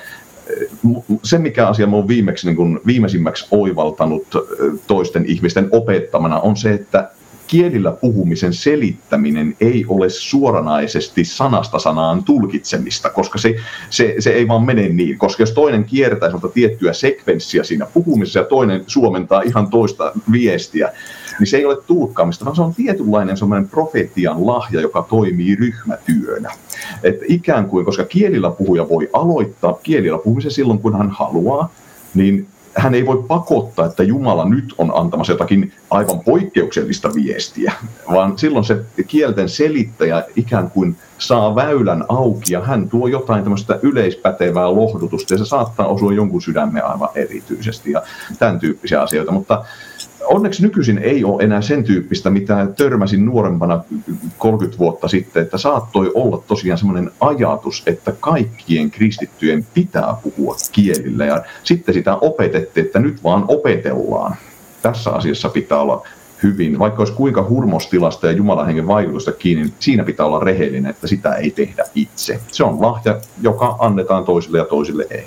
se mikä asia mä oon viimeisimmäksi oivaltanut toisten ihmisten opettamana on se, että kielillä puhumisen selittäminen ei ole suoranaisesti sanasta sanaan tulkitsemista, koska se ei vaan mene niin. Koska jos toinen kiertää tiettyä sekvenssiä siinä puhumisessa ja toinen suomentaa ihan toista viestiä, niin se ei ole tulkkaamista, vaan se on tietynlainen semmoinen profetian lahja, joka toimii ryhmätyönä. Että ikään kuin, koska kielillä puhuja voi aloittaa kielillä puhumisen silloin, kun hän haluaa, niin hän ei voi pakottaa, että Jumala nyt on antamassa jotakin aivan poikkeuksellista viestiä, vaan silloin se kielten selittäjä ikään kuin saa väylän auki ja hän tuo jotain tämmöistä yleispätevää lohdutusta ja se saattaa osua jonkun sydämeen aivan erityisesti ja tämän tyyppisiä asioita, mutta onneksi nykyisin ei ole enää sen tyyppistä, mitä törmäsin nuorempana 30 vuotta sitten, että saattoi olla tosiaan semmoinen ajatus, että kaikkien kristittyjen pitää puhua kielillä ja sitten sitä opetettiin, että nyt vaan opetellaan. Tässä asiassa pitää olla hyvin, vaikka olisi kuinka hurmostilasta ja Jumalan hengen vaikutusta kiinni, niin siinä pitää olla rehellinen, että sitä ei tehdä itse. Se on lahja, joka annetaan toisille ja toisille ei.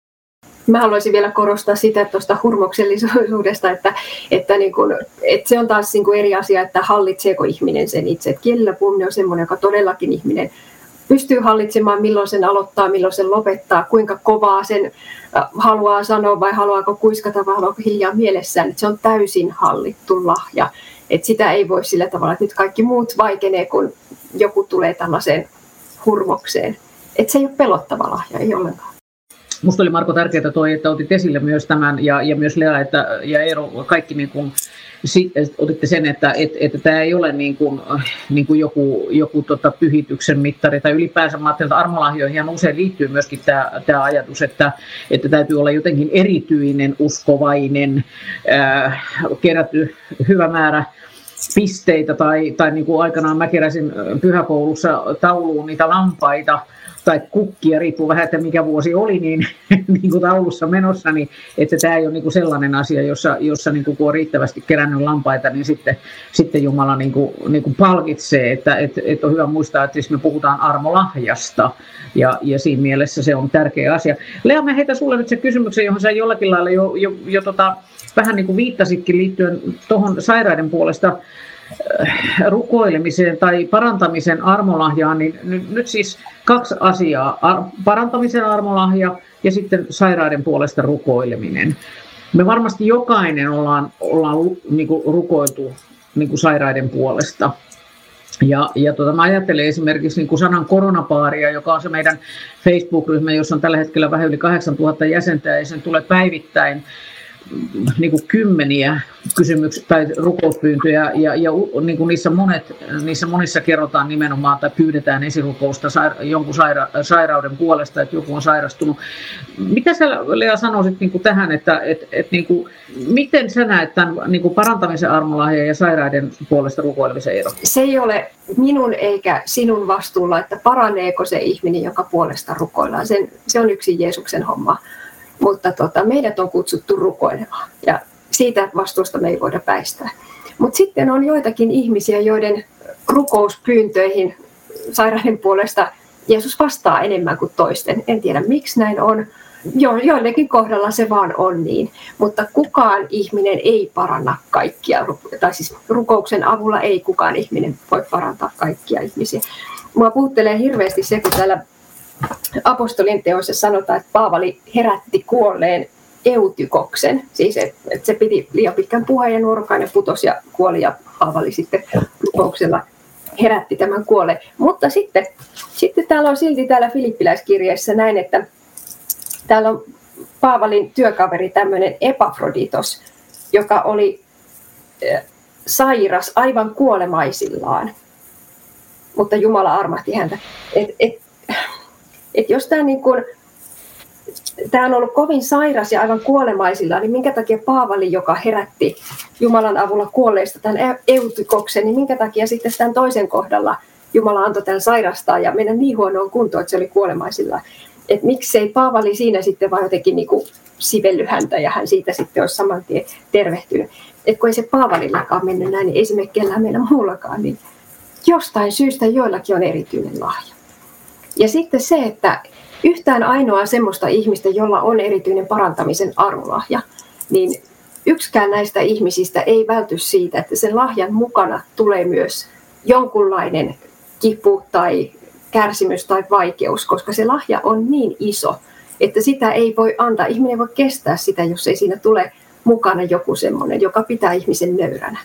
Mä haluaisin vielä korostaa sitä tuosta hurmoksellisuudesta, että se on taas niin kuin eri asia, että hallitseeko ihminen sen itse. Että kielillä puhuminen on semmoinen, joka todellakin ihminen pystyy hallitsemaan, milloin sen aloittaa, milloin sen lopettaa, kuinka kovaa sen haluaa sanoa vai haluaako kuiskata vai haluaako hiljaa mielessään. Että se on täysin hallittu lahja. Että sitä ei voi sillä tavalla, että nyt kaikki muut vaikenee, kun joku tulee tällaiseen hurmokseen. Että se ei ole pelottava lahja, ei ollenkaan. Musta oli Marko tärkeää toi, että otit esille myös tämän ja myös Lea ja Eero, kaikki niin kuin, otitte sen, että tämä ei ole niin kuin joku pyhityksen mittari tai ylipäänsä mä ajattelen, että armolahjoihin usein liittyy myöskin tämä ajatus, että täytyy olla jotenkin erityinen, uskovainen, kerätty hyvä määrä pisteitä tai niin kuin aikanaan mä keräsin pyhäkoulussa tauluun niitä lampaita tai kukkia, riippuu vähän, että mikä vuosi oli, niin kuin taulussa menossa, niin että tämä ei ole niin kuin sellainen asia, jossa niin kuin, kun on riittävästi kerännyt lampaita, niin sitten Jumala niin kuin palkitsee, että on hyvä muistaa, että siis me puhutaan armolahjasta, ja siinä mielessä se on tärkeä asia. Lea, mä heitän sulle nyt se kysymyksen, johon sä jollakin lailla jo vähän niin kuin viittasitkin liittyen tuohon sairaiden puolesta rukoilemiseen tai parantamisen armolahjaan, niin nyt siis 2 asiaa, parantamisen armolahja ja sitten sairaiden puolesta rukoileminen. Me varmasti jokainen ollaan niin kuin rukoiltu niin kuin sairaiden puolesta. Ja mä ajattelen esimerkiksi niin kuin Sanan koronapaaria, joka on se meidän Facebook-ryhmä, jossa on tällä hetkellä vähän yli 8000 jäsentä ja sen tulee päivittäin niin kuin kymmeniä kysymyksiä tai rukouspyyntöjä ja niin kuin niissä monissa kerrotaan nimenomaan tai pyydetään esirukousta jonkun sairauden puolesta, että joku on sairastunut. Mitä sä, Lea, sanoisit niin kuin tähän, että niin kuin, miten sä näet tämän niin kuin parantamisen armolahjan ja sairaiden puolesta rukoilemisen ero? Se ei ole minun eikä sinun vastuulla, että paraneeko se ihminen, jonka puolesta rukoillaan. Se on yksin Jeesuksen homma. Mutta meidät on kutsuttu rukoilemaan ja siitä vastuusta me ei voida väistää. Mutta sitten on joitakin ihmisiä, joiden rukouspyyntöihin sairaiden puolesta Jeesus vastaa enemmän kuin toisten. En tiedä miksi näin on, joillekin kohdalla se vaan on niin, mutta kukaan ihminen ei paranna kaikkia, tai siis rukouksen avulla ei kukaan ihminen voi parantaa kaikkia ihmisiä. Mua puhuttelee hirveästi se, kun täällä apostolien teoissa sanotaan, että Paavali herätti kuolleen Eutykoksen, siis että se piti liian pitkän puheen ja nuorukainen putosi ja kuoli ja Paavali sitten rukouksella herätti tämän kuolleen. Mutta sitten täällä on silti täällä Filippiläiskirjeessä näin, että täällä on Paavalin työkaveri tämmöinen Epafroditos, joka oli sairas aivan kuolemaisillaan, mutta Jumala armahti häntä. Jos tämä niin kuin, tämä on ollut kovin sairas ja aivan kuolemaisillaan, niin minkä takia Paavali, joka herätti Jumalan avulla kuolleista tämän Eutykoksen, niin minkä takia sitten tämän toisen kohdalla Jumala antoi tämän sairastaa ja mennä niin huonoon kuntoon, että se oli kuolemaisillaan. Että miksei Paavali siinä sitten vaan jotenkin niin kuin sivelly häntä ja hän siitä sitten olisi saman tien tervehtynyt. Että kun ei se Paavalillakaan mennyt näin, niin ei se mene kellään meillä muullakaan, niin jostain syystä joillakin on erityinen lahja. Ja sitten se, että yhtään ainoa semmoista ihmistä, jolla on erityinen parantamisen armolahja, niin yksikään näistä ihmisistä ei välty siitä, että sen lahjan mukana tulee myös jonkunlainen kipu tai kärsimys tai vaikeus, koska se lahja on niin iso, että sitä ei voi antaa. Ihminen voi kestää sitä, jos ei siinä tule mukana joku semmoinen, joka pitää ihmisen nöyränä.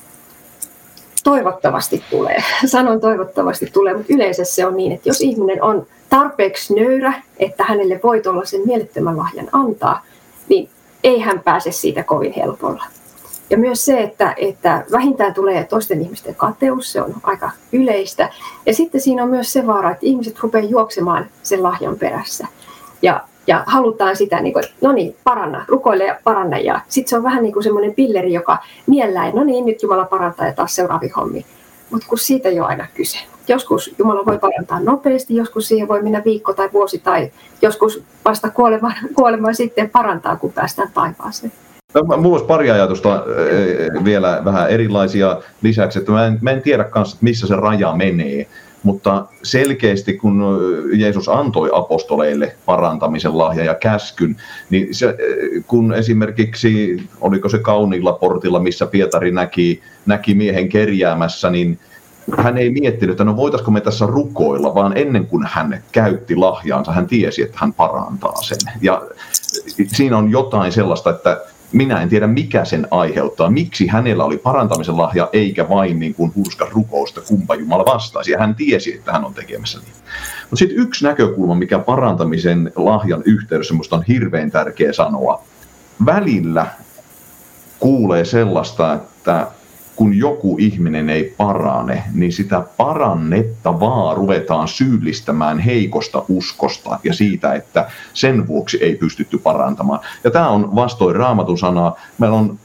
Toivottavasti tulee. Sanon toivottavasti tulee, mutta yleensä se on niin, että jos ihminen on tarpeeksi nöyrä, että hänelle voi tuollaisen mielettömän lahjan antaa, niin ei hän pääse siitä kovin helpolla. Ja myös se, että vähintään tulee toisten ihmisten kateus, se on aika yleistä. Ja sitten siinä on myös se vaara, että ihmiset rupeaa juoksemaan sen lahjan perässä. Ja halutaan sitä, niin kuin, no niin, paranna, rukoile ja paranna. Ja sitten se on vähän niin kuin semmoinen pilleri, joka niellää, no niin, nyt Jumala parantaa ja taas seuraavi hommi. Mutta kun siitä ei ole aina kyse. Joskus Jumala voi parantaa nopeasti, joskus siihen voi mennä viikko tai vuosi tai joskus vasta kuolemaan sitten parantaa, kun päästään taivaaseen. Minulla olisi pari ajatusta vielä vähän erilaisia lisäksi, että mä en tiedä kanssa, missä se raja menee, mutta selkeästi kun Jeesus antoi apostoleille parantamisen lahja ja käskyn, niin se, kun esimerkiksi, oliko se Kauniilla portilla, missä Pietari näki miehen kerjäämässä, niin hän ei miettinyt, että no voitaisiko me tässä rukoilla, vaan ennen kuin hän käytti lahjaansa, hän tiesi, että hän parantaa sen. Ja siinä on jotain sellaista, että minä en tiedä, mikä sen aiheuttaa, miksi hänellä oli parantamisen lahja, eikä vain niin kuin hurska rukousta, kumpa Jumala vastaisi. Ja hän tiesi, että hän on tekemässä niin. Mutta sitten yksi näkökulma, mikä parantamisen lahjan yhteydessä minusta on hirveän tärkeä sanoa. Välillä kuulee sellaista, että kun joku ihminen ei parane, niin sitä parannettavaa ruvetaan syyllistämään heikosta uskosta ja siitä, että sen vuoksi ei pystytty parantamaan. Ja tämä on vastoin Raamatun sanaa. Meillä on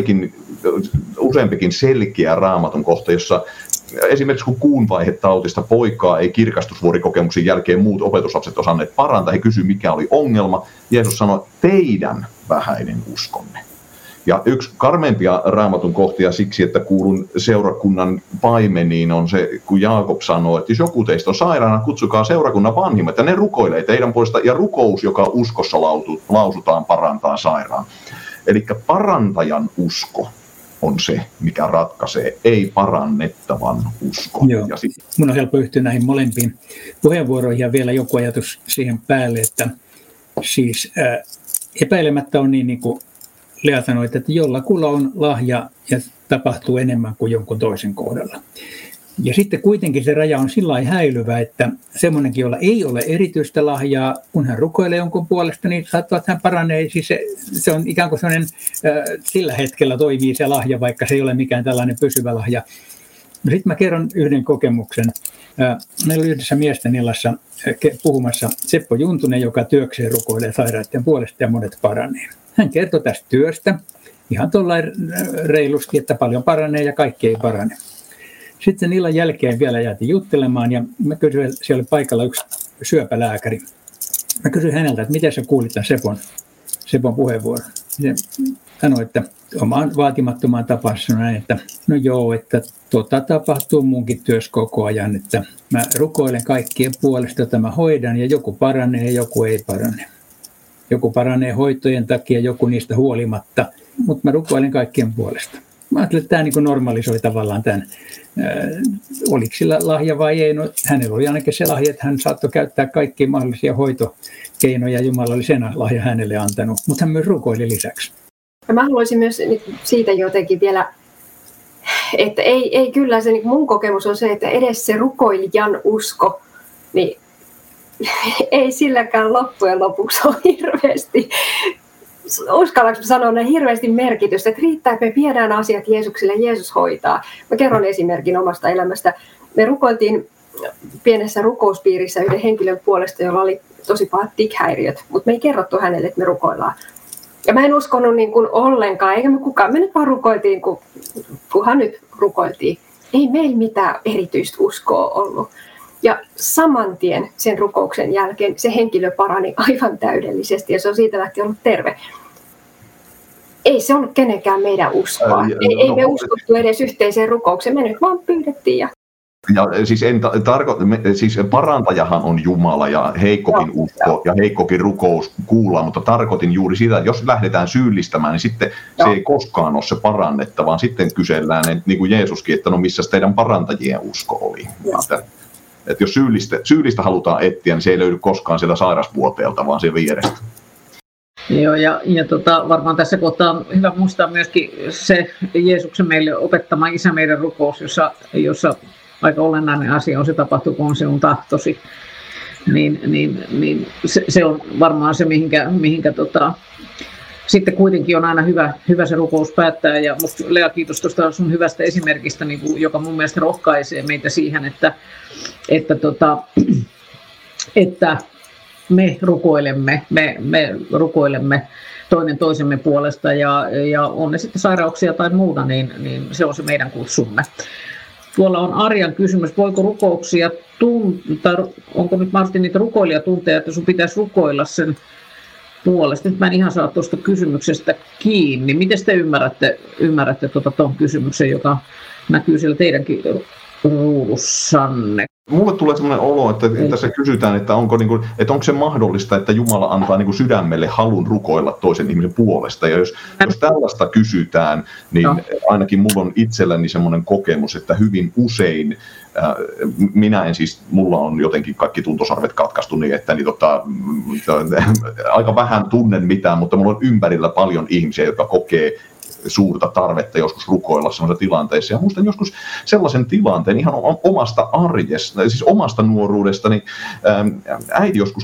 useampikin selkeä Raamatun kohta, jossa esimerkiksi kun kuunvaihetautista poikaa ei kirkastusvuorikokemuksen jälkeen muut opetuslapset osanneet parantaa, he kysyivät mikä oli ongelma. Jeesus sanoi, teidän vähäinen uskonne. Ja yksi karmeimpia Raamatun kohtia siksi, että kuulun seurakunnan paimeniin, on se, kun Jaakob sanoo, että jos joku teistä on sairaana, kutsukaa seurakunnan vanhimmat, ja ne rukoilee teidän puolesta, ja rukous, joka uskossa lausutaan, parantaa sairaan. Eli parantajan usko on se, mikä ratkaisee, ei parannettavan usko. Joo. Mun on helppo yhtyä näihin molempiin puheenvuoroihin, ja vielä joku ajatus siihen päälle, että siis epäilemättä on niin kuin Lea sanoi, että jollakulla on lahja ja tapahtuu enemmän kuin jonkun toisen kohdalla. Ja sitten kuitenkin se raja on sillä lailla häilyvä, että semmoinenkin, jolla ei ole erityistä lahjaa, kun hän rukoilee jonkun puolesta, niin saattaa, että hän paranee. Siis se on ikään kuin sellainen, sillä hetkellä toimii se lahja, vaikka se ei ole mikään tällainen pysyvä lahja. No sitten mä kerron yhden kokemuksen. Meillä oli yhdessä miesten illassa puhumassa Seppo Juntunen, joka työkseen rukoilee sairaiden puolesta ja monet paranee. Hän kertoi tästä työstä ihan tuollain reilusti, että paljon paranee ja kaikki ei parane. Sitten illan jälkeen vielä jäätiin juttelemaan ja mä kysyin, siellä oli paikalla yksi syöpälääkäri. Mä kysyin häneltä, että miten sä kuulit tämän Sepon puheenvuoron. Se sanoi, että omaan vaatimattomaan tapaan sanoi näin, että no joo, että tapahtuu munkin työssä koko ajan, että mä rukoilen kaikkien puolesta, jota mä hoidan ja joku paranee ja joku ei parane. joku paranee hoitojen takia, joku niistä huolimatta, mutta mä rukoilen kaikkien puolesta. Mä ajattelin, että tämä niin kuin normalisoi tavallaan tämän, oliko sillä lahja vai ei. No, hänellä oli ainakin se lahja, että hän saattoi käyttää kaikkia mahdollisia hoitokeinoja. Jumala oli sen lahja hänelle antanut, mutta hän myös rukoili lisäksi. Mä haluaisin myös siitä jotenkin vielä, että ei kyllä se, niin mun kokemus on se, että edes se rukoilijan usko, niin ei silläkään loppujen lopuksi ole hirveästi, uskallanko sanoa ne hirveästi merkitystä, että riittää, että me viedään asiat Jeesukselle, Jeesus hoitaa. Mä kerron esimerkin omasta elämästä. Me rukoiltiin pienessä rukouspiirissä yhden henkilön puolesta, jolla oli tosi pahat tikhäiriöt, mutta me ei kerrottu hänelle, että me rukoillaan. Ja mä en uskonut niin kuin ollenkaan, eikä me kukaan, me nyt vaan rukoiltiin, kunhan nyt rukoiltiin. Ei meillä mitään erityistä uskoa ollut. Ja saman tien sen rukouksen jälkeen se henkilö parani aivan täydellisesti ja se on siitä lähtien ollut terve. Ei se ollut kenenkään meidän uskoa. Ei me uskottu edes yhteiseen rukoukseen, me nyt vaan pyydettiin. Ja siis parantajahan on Jumala ja heikkokin usko ja heikkokin rukous kuullaan, mutta tarkoitin juuri sitä, että jos lähdetään syyllistämään, niin sitten se ei koskaan ole se parannetta, vaan sitten kysellään, niin kuin Jeesuskin, että no missä teidän parantajien usko oli. Että jos syyllistä halutaan etsiä, niin se ei löydy koskaan sieltä sairasvuoteelta, vaan siellä vierestä. Joo, ja varmaan tässä kohtaa on hyvä muistaa myöskin se Jeesuksen meille opettama Isä meidän rukous, jossa aika olennainen asia on se tapahtuu, kun on sinun tahtosi. Niin se on varmaan se, mihinkä sitten kuitenkin on aina hyvä se rukous päättää. Ja musta, Lea, kiitos tuosta sun hyvästä esimerkistä, niin kuin, joka mun mielestä rohkaisee meitä siihen, että me rukoilemme toinen toisemme puolesta ja on ne sitten sairauksia tai muuta, niin se on se meidän kutsumme. Tuolla on Arjan kysymys, voiko rukouksia tuntea, onko nyt mahdollisesti niitä rukoilijatunteja, että sun pitäisi rukoilla sen puolesta. Nyt mä en ihan saa tuosta kysymyksestä kiinni. Miten te ymmärrätte tuon kysymyksen, joka näkyy siellä teidänkin ruudussanne? Mulle tulee sellainen olo, että tässä kysytään, että onko se mahdollista, että Jumala antaa sydämelle halun rukoilla toisen ihmisen puolesta. Ja jos tällaista kysytään, niin ainakin mulla on itselläni semmoinen kokemus, että hyvin usein, mulla on jotenkin kaikki tuntosarvet katkaistu niin, että aika vähän tunnen mitään, mutta mulla on ympärillä paljon ihmisiä, jotka kokee suurta tarvetta joskus rukoilla sellaisessa tilanteessa. Ja muistan joskus sellaisen tilanteen ihan omasta arjesta, siis omasta nuoruudestani. Äiti joskus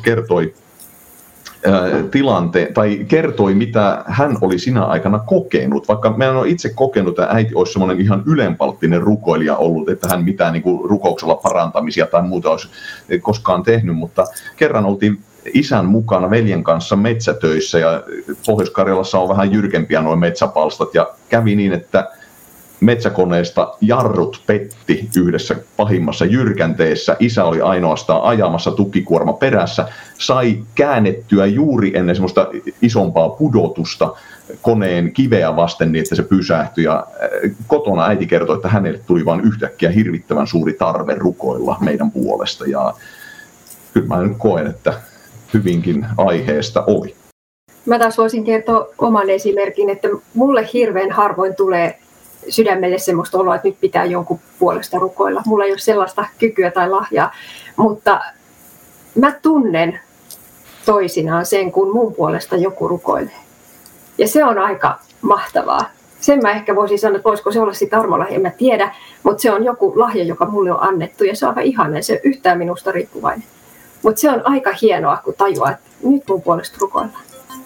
kertoi, mitä hän oli sinä aikana kokenut. Vaikka mä en ole itse kokenut, että äiti olisi semmoinen ihan ylenpalttinen rukoilija ollut, että hän mitään niin kuin rukouksella parantamisia tai muuta olisi koskaan tehnyt, mutta kerran oltiin isän mukana veljen kanssa metsätöissä ja Pohjois-Karjalassa on vähän jyrkempiä nuo metsäpalstat ja kävi niin, että metsäkoneesta jarrut petti yhdessä pahimmassa jyrkänteessä. Isä oli ainoastaan ajamassa tukikuorma perässä, sai käännettyä juuri ennen semmoista isompaa pudotusta koneen kiveä vasten niin, että se pysähtyi. Ja kotona äiti kertoi, että hänelle tuli vain yhtäkkiä hirvittävän suuri tarve rukoilla meidän puolesta. Ja kyllä mä nyt koen, että hyvinkin aiheesta oli. Mä taas voisin kertoa oman esimerkin, että mulle hirveän harvoin tulee sydämelle semmoista oloa, että nyt pitää jonkun puolesta rukoilla. Mulla ei ole sellaista kykyä tai lahjaa, mutta mä tunnen toisinaan sen, kun mun puolesta joku rukoilee. Ja se on aika mahtavaa. Sen mä ehkä voisin sanoa, että voisiko se olla sitä armolahja, en mä tiedä, mutta se on joku lahja, joka mulle on annettu ja se on aivan ihana ja se on yhtään minusta riippuvainen. Mutta se on aika hienoa, kun tajuaa, että nyt mun puolesta rukoillaan.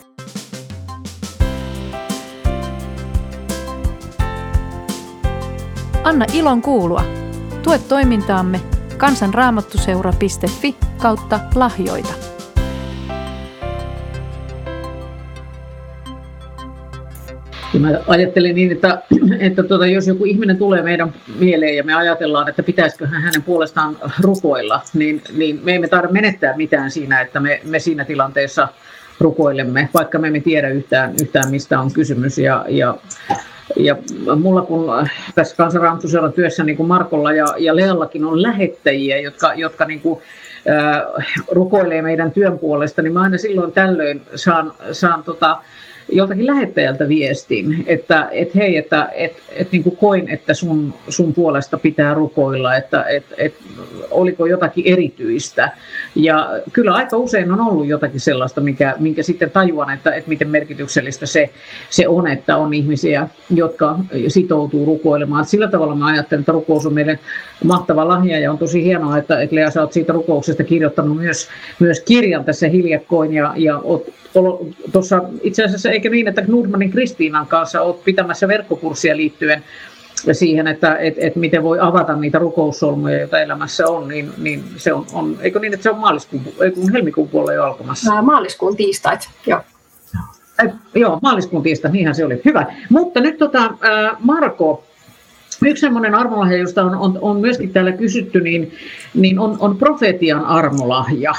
Anna ilon kuulua. Tue toimintaamme kansanraamattuseura.fi/lahjoita. Ja mä ajattelin niin, että jos joku ihminen tulee meidän mieleen ja me ajatellaan, että pitäisikö hänen puolestaan rukoilla, niin me emme tarvitse menettää mitään siinä, että me siinä tilanteessa rukoilemme, vaikka me emme tiedä yhtään mistä on kysymys. Ja mulla kun tässä kansanraamattuseuran työssä niin kuin Markolla ja Leallakin on lähettäjiä, jotka niin kuin rukoilee meidän työn puolesta, niin mä aina silloin tällöin saan joltakin lähettäjältä viestin, että hei, että niin kuin koin, että sun puolesta pitää rukoilla, että oliko jotakin erityistä. Ja kyllä aika usein on ollut jotakin sellaista, minkä sitten tajuan, että miten merkityksellistä se on, että on ihmisiä, jotka sitoutuu rukoilemaan. Sillä tavalla mä ajattelen, että rukous on meille mahtava lahja ja on tosi hienoa, että Lea, sä oot siitä rukouksesta kirjoittanut myös kirjan tässä hiljakkoin ja oot tuossa itse asiassa eikä niin, että Nordmanin Kristiinan kanssa olet pitämässä verkkokurssia liittyen siihen, että miten voi avata niitä rukoussolmuja, joita elämässä on, niin se on eikö niin, että se on helmikuun puolella jo alkamassa? Maaliskuun tiistait, joo. Joo, maaliskuun tiistait, niinhän se oli. Hyvä. Mutta nyt Marko, yksi sellainen armolahja, josta on myöskin täällä kysytty, niin on profetian armolahja.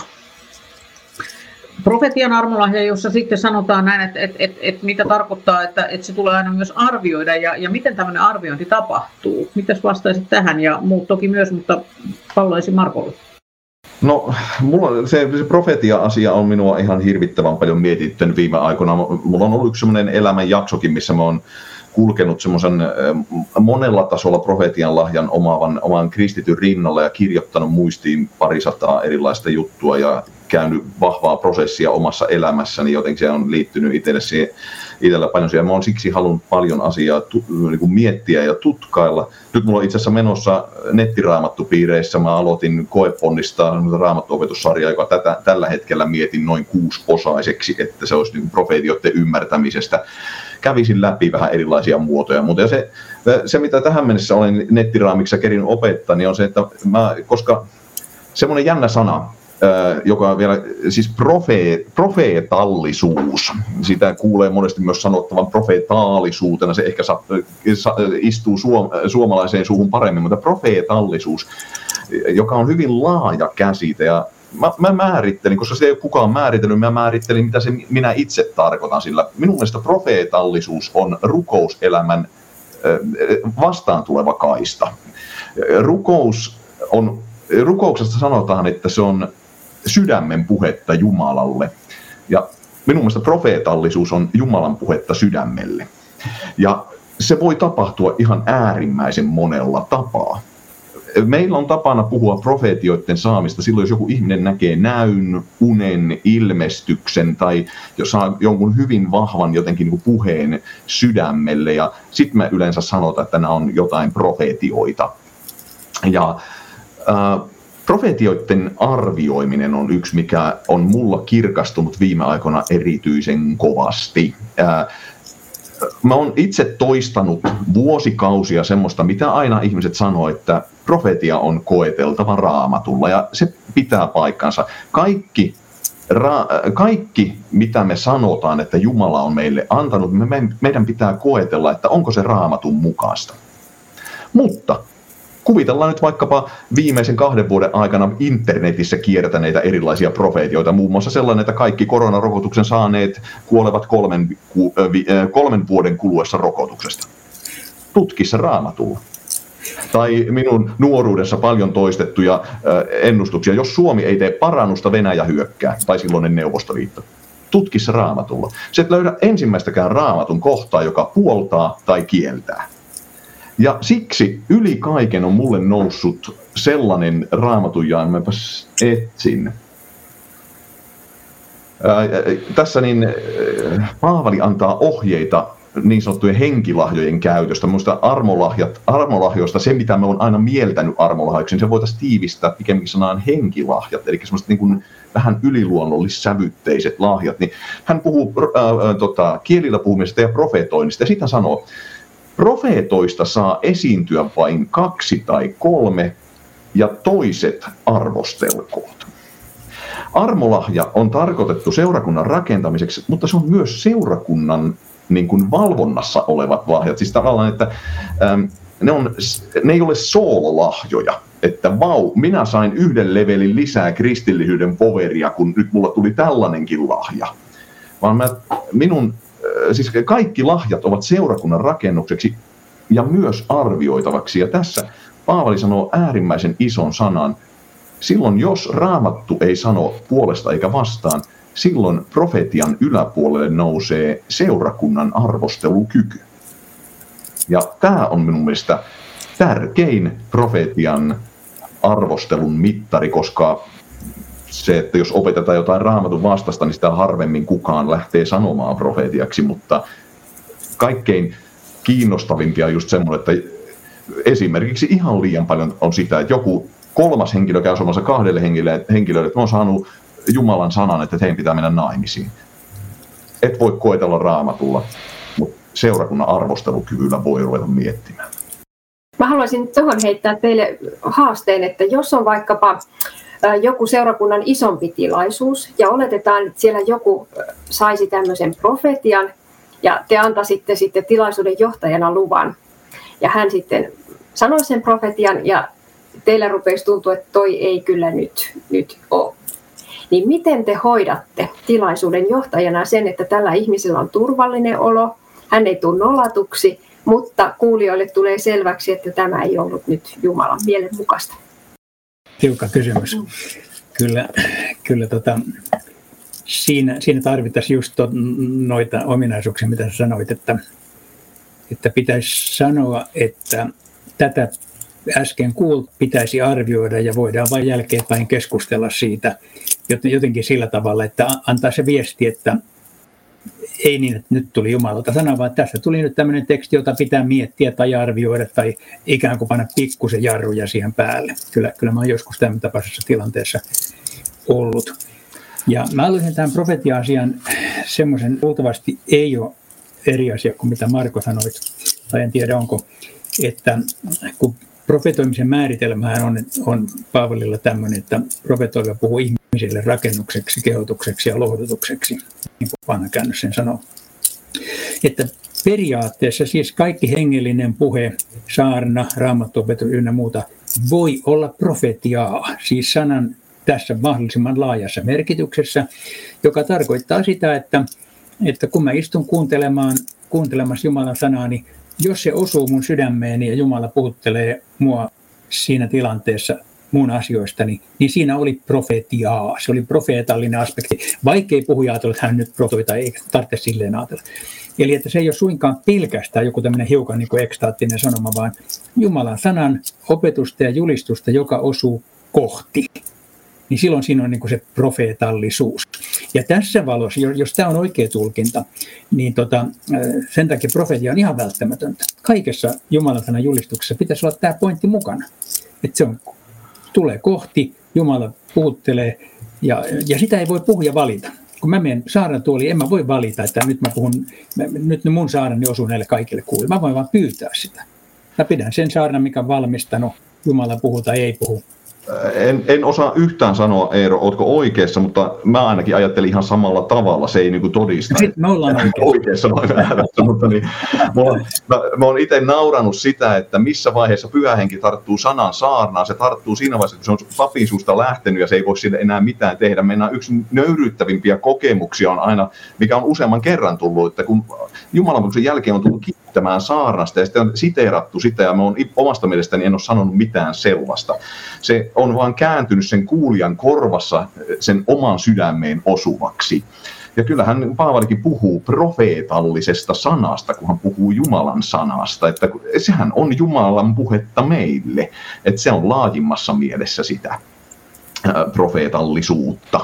Profetian armolahja, jossa sitten sanotaan näin, että mitä tarkoittaa, että se tulee aina myös arvioida ja miten tämmöinen arviointi tapahtuu. Mitäs vastaisit tähän ja muut toki myös, mutta palloisin Markolle. No, mulla se profetia-asia on minua ihan hirvittävän paljon mietittänyt viime aikoina. Mulla on ollut yksi semmoinen elämänjaksokin, missä mä oon kulkenut semmoisen monella tasolla profetian lahjan oman kristityn rinnalla ja kirjoittanut muistiin 200 erilaista juttua ja käynyt vahvaa prosessia omassa elämässäni, joten se on liittynyt itsellä paljon siihen. Mä oon siksi halunnut paljon asiaa niin miettiä ja tutkailla. Nyt mulla on itse asiassa menossa nettiraamattupiireissä. Mä aloitin koeponnistaa raamattuopetussarjaa, joka tällä hetkellä mietin noin 6-osaiseksi, että se olisi niin profeetioiden ymmärtämisestä. Kävisin läpi vähän erilaisia muotoja, mutta se mitä tähän mennessä olen nettiraamiksi kerin opettaa, niin on se, että koska semmoinen jännä sana, joka on vielä, siis profeetallisuus, sitä kuulee monesti myös sanottavan profeetaalisuutena, se ehkä istuu suomalaiseen suuhun paremmin, mutta profeetallisuus, joka on hyvin laaja käsite, ja mä määrittelin, koska se ei ole kukaan määritellyt, mä määrittelin, mitä minä itse tarkoitan sillä. Minun mielestä profeetallisuus on rukouselämän vastaan tuleva kaista. Rukouksesta sanotaan, että se on sydämen puhetta Jumalalle. Ja minun mielestä profeetallisuus on Jumalan puhetta sydämelle. Ja se voi tapahtua ihan äärimmäisen monella tapaa. Meillä on tapana puhua profeetioiden saamista silloin, jos joku ihminen näkee näyn, unen, ilmestyksen tai jos saa jonkun hyvin vahvan jotenkin niin kuin puheen sydämelle. Ja sitten me yleensä sanotaan, että nämä on jotain profeetioita. Ja profeetioiden arvioiminen on yksi, mikä on mulla kirkastunut viime aikoina erityisen kovasti. Mä oon itse toistanut vuosikausia semmoista, mitä aina ihmiset sanoo, että profetia on koeteltava Raamatulla, ja se pitää paikkansa. Kaikki, mitä me sanotaan, että Jumala on meille antanut, meidän pitää koetella, että onko se Raamatun mukaista. Mutta kuvitellaan nyt vaikkapa viimeisen 2 vuoden aikana internetissä kiertäneitä erilaisia profeetioita, muun muassa sellainen, että kaikki koronarokotuksen saaneet kuolevat 3 vuoden kuluessa rokotuksesta. Tutki se Raamatulla. Tai minun nuoruudessa paljon toistettuja ennustuksia, jos Suomi ei tee parannusta, Venäjä hyökkää, tai silloinen Neuvostoliitto. Tutki se Raamatulla. Se et löydä ensimmäistäkään Raamatun kohtaa, joka puoltaa tai kieltää. Ja siksi yli kaiken on mulle noussut sellainen Raamatun jae, mäpäs etsin. Tässä niin Paavali antaa ohjeita niin sanottujen henkilahjojen käytöstä. Minusta armolahjoista se, mitä me on aina mieltänyt armolahjoiksi, niin se voitaisiin tiivistää pikemminkin sanaan henkilahjat, eli semmoiset niin kuin vähän yliluonnollissävytteiset lahjat. Niin hän puhuu kielillä puhumisesta ja profetoinnista, ja sitten hän sanoo, profeetoista saa esiintyä vain 2 tai 3, ja toiset arvostelkoot. Armolahja on tarkoitettu seurakunnan rakentamiseksi, mutta se on myös seurakunnan niin kuin valvonnassa olevat lahjat. Siis tavallaan, että ne ei ole soololahjoja, että vau, minä sain 1 levelin lisää kristillisyyden poweria, kun nyt mulla tuli tällainenkin lahja. Vaan siis kaikki lahjat ovat seurakunnan rakennukseksi ja myös arvioitavaksi. Ja tässä Paavali sanoo äärimmäisen ison sanan, silloin jos Raamattu ei sano puolesta eikä vastaan, silloin profetian yläpuolelle nousee seurakunnan arvostelukyky. Ja tämä on minun mielestä tärkein profetian arvostelun mittari, koska se, että jos opetetaan jotain Raamatun vastasta, niin sitä harvemmin kukaan lähtee sanomaan profetiaksi, mutta kaikkein kiinnostavimpia on just semmoinen, että esimerkiksi ihan liian paljon on sitä, että joku kolmas henkilö käy sanomassa kahdelle henkilölle, että mä oon saanut Jumalan sanan, että heidän pitää mennä naimisiin. Et voi koetella Raamatulla, mutta seurakunnan arvostelukyvyllä voi ruveta miettimään. Mä haluaisin tuohon heittää teille haasteen, että jos on vaikkapa joku seurakunnan isompi tilaisuus ja oletetaan, että siellä joku saisi tämmöisen profetian ja te antaisitte sitten tilaisuuden johtajana luvan ja hän sitten sanoi sen profetian ja teillä rupeisi tuntua, että toi ei kyllä nyt ole. Niin miten te hoidatte tilaisuuden johtajana sen, että tällä ihmisellä on turvallinen olo, hän ei tule nollatuksi, mutta kuulijoille tulee selväksi, että tämä ei ollut nyt Jumalan mielen mukaista? Tiukka kysymys. Kyllä siinä tarvittaisiin just noita ominaisuuksia, mitä sä sanoit, että pitäisi sanoa, että tätä äsken pitäisi arvioida ja voidaan vain jälkeenpäin keskustella siitä jotenkin sillä tavalla, että antaa se viesti, että ei niin, että nyt tuli Jumalalta sana, vaan tässä tuli nyt tämmöinen teksti, jota pitää miettiä tai arvioida tai ikään kuin panna pikkusen jarruja siihen päälle. Kyllä mä oon joskus tämän tapaisessa tilanteessa ollut. Ja mä haluaisin tämän profetia-asian semmoisen, luultavasti ei ole eri asia kuin mitä Marko sanoit, tai en tiedä onko, että kun profetoimisen määritelmähän on Paavalilla tämmöinen, että profetoiva puhuu ihmisille rakennukseksi, kehotukseksi ja lohdutukseksi, niin kuin vanha käännös sen sanoo. Että periaatteessa siis kaikki hengellinen puhe, saarna, raamattuopetus ynnä muuta voi olla profetiaa, siis sanan tässä mahdollisimman laajassa merkityksessä, joka tarkoittaa sitä, että kun mä istun kuuntelemassa Jumalan sanaa, niin jos se osuu mun sydämeeni ja Jumala puhuttelee mua siinä tilanteessa mun asioistani, niin siinä oli profetiaa. Se oli profeetallinen aspekti. Vaikkei puhuja ajatella, että hän nyt profetoi tai ei tarvitse silleen ajatella. Eli että se ei ole suinkaan pelkästään joku tämmöinen hiukan niin kuin ekstaattinen sanoma, vaan Jumalan sanan opetusta ja julistusta, joka osuu kohti. Niin silloin siinä on niin kuin se profeetallisuus. Ja tässä valossa, jos tämä on oikea tulkinta, niin sen takia profetia on ihan välttämätöntä. Kaikessa Jumalan sanan julistuksessa pitäisi olla tämä pointti mukana. Että se tulee kohti, Jumala puhuttelee ja sitä ei voi puhuja valita. Kun mä menen saarnatuoliin, en mä voi valita, että nyt mun saarnani osuu näille kaikille kuulijoille. Mä voin vaan pyytää sitä. Mä pidän sen saarnan, mikä on valmistanut, Jumala puhuu tai ei puhu. En osaa yhtään sanoa, Eero, ootko oikeassa, mutta mä ainakin ajattelin ihan samalla tavalla. Se ei niin kuin todista. Sitten me ollaan oikeassa noin väärässä, mutta niin, mä oon itse nauranut sitä, että missä vaiheessa Pyhä Henki tarttuu sanan saarnaan. Se tarttuu siinä vaiheessa, kun se on papin suusta lähtenyt ja se ei voi sille enää mitään tehdä. Meidän yksi nöyryyttävimpiä kokemuksia on aina, mikä on useamman kerran tullut, että kun Jumalanpalveluksen jälkeen on tullut kiittämään saarnasta ja sitten on siteerattu sitä ja mä oon omasta mielestäni en ole sanonut mitään sellaista. Se on vaan kääntynyt sen kuulijan korvassa sen oman sydämeen osuvaksi. Ja kyllähän Paavalikin puhuu profeetallisesta sanasta, kun hän puhuu Jumalan sanasta, että sehän on Jumalan puhetta meille, että se on laajimmassa mielessä sitä profeetallisuutta.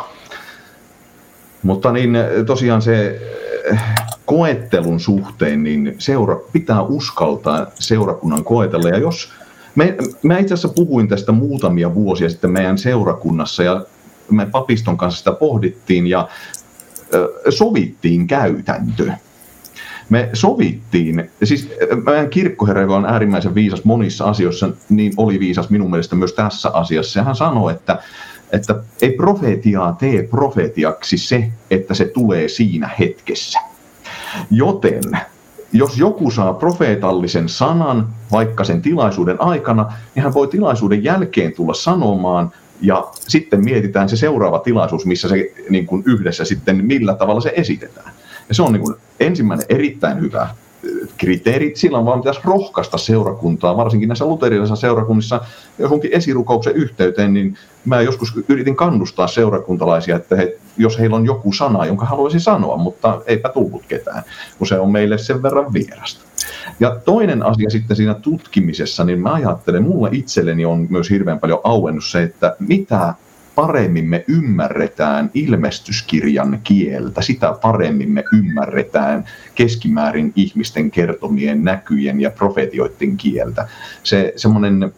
Mutta niin tosiaan se koettelun suhteen, niin pitää uskaltaa seurakunnan koetella, ja jos Mä itse asiassa puhuin tästä muutamia vuosia sitten meidän seurakunnassa ja me papiston kanssa sitä pohdittiin ja sovittiin käytäntö. Me sovittiin, siis meidän kirkkoherra, joka on äärimmäisen viisas monissa asioissa, niin oli viisas minun mielestä myös tässä asiassa. Ja hän sanoi, että ei profetiaa tee profetiaksi se, että se tulee siinä hetkessä. Joten jos joku saa profeetallisen sanan vaikka sen tilaisuuden aikana, niin hän voi tilaisuuden jälkeen tulla sanomaan ja sitten mietitään se seuraava tilaisuus, missä se niin kuin yhdessä sitten millä tavalla se esitetään. Ja se on niin kuin ensimmäinen erittäin hyvä kriteerit, silloin vaan pitäisi rohkaista seurakuntaa, varsinkin näissä luterilaisissa seurakunnissa johonkin esirukouksen yhteyteen, niin mä joskus yritin kannustaa seurakuntalaisia, että jos heillä on joku sana, jonka haluaisi sanoa, mutta eipä tullut ketään, kun se on meille sen verran vierasta. Ja toinen asia sitten siinä tutkimisessa, niin mä ajattelen, mulla itselleni on myös hirveän paljon auennut se, että mitä paremmin me ymmärretään ilmestyskirjan kieltä, sitä paremmin me ymmärretään keskimäärin ihmisten kertomien näkyjen ja profetioiden kieltä. Semmoinen,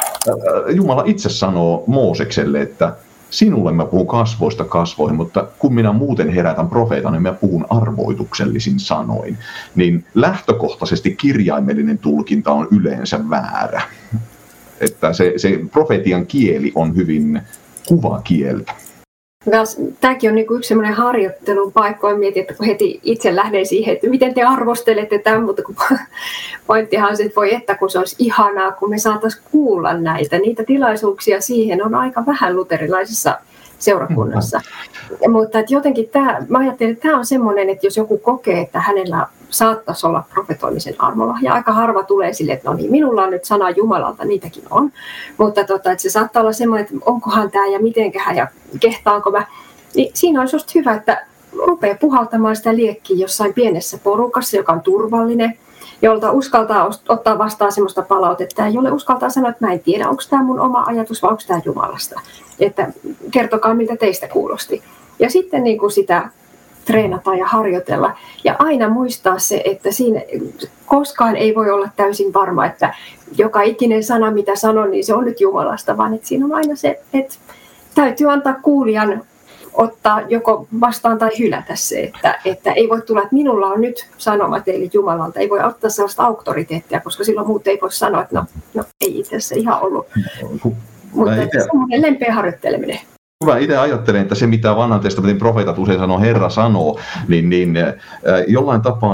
Jumala itse sanoo Moosekselle, että sinulle mä puhun kasvoista kasvoihin, mutta kun minä muuten herätän profeetan, niin mä puhun arvoituksellisin sanoin. Niin lähtökohtaisesti kirjaimellinen tulkinta on yleensä väärä. Että se profetian kieli on hyvin kuvakieltä. Tämäkin on yksi sellainen harjoittelun paikka. Mietin, että kun heti itse lähden siihen, että miten te arvostelette tämän, mutta pointtihan on se, että voi että kun se olisi ihanaa, kun me saataisiin kuulla näitä. Niitä tilaisuuksia siihen on aika vähän luterilaisessa seurakunnassa. Mutta että jotenkin mä ajattelin, että tämä on semmoinen, että jos joku kokee, että hänellä saattaisi olla profetoimisen armolahja. Aika harva tulee sille, että no niin, minulla on nyt sana Jumalalta, niitäkin on. Mutta että se saattaa olla semmoinen, että onkohan tämä ja mitenköhän ja kehtaanko mä. Niin siinä olisi just hyvä, että rupeaa puhaltamaan sitä liekkiä jossain pienessä porukassa, joka on turvallinen, jolta uskaltaa ottaa vastaan semmoista palautetta, jolle uskaltaa sanoa, että mä en tiedä, onko tämä mun oma ajatus vai onko tämä Jumalasta. Että kertokaa, miltä teistä kuulosti. Ja sitten niin kuin sitä treenata ja harjoitella. Ja aina muistaa se, että siinä koskaan ei voi olla täysin varma, että joka ikinen sana, mitä sanon, niin se on nyt Jumalasta, vaan että siinä on aina se, että täytyy antaa kuulijan ottaa joko vastaan tai hylätä se, että ei voi tulla, että minulla on nyt sanoma teille Jumalalta. Ei voi ottaa sellaista auktoriteettia, koska silloin muut ei voi sanoa, että no ei itse asiassa ihan ollut. Mutta se on semmoinen lempeä harjoitteleminen. Mä itse ajattelen, että se mitä vanhan testamentin profeetat usein sanoo, Herra sanoo, niin jollain tapaa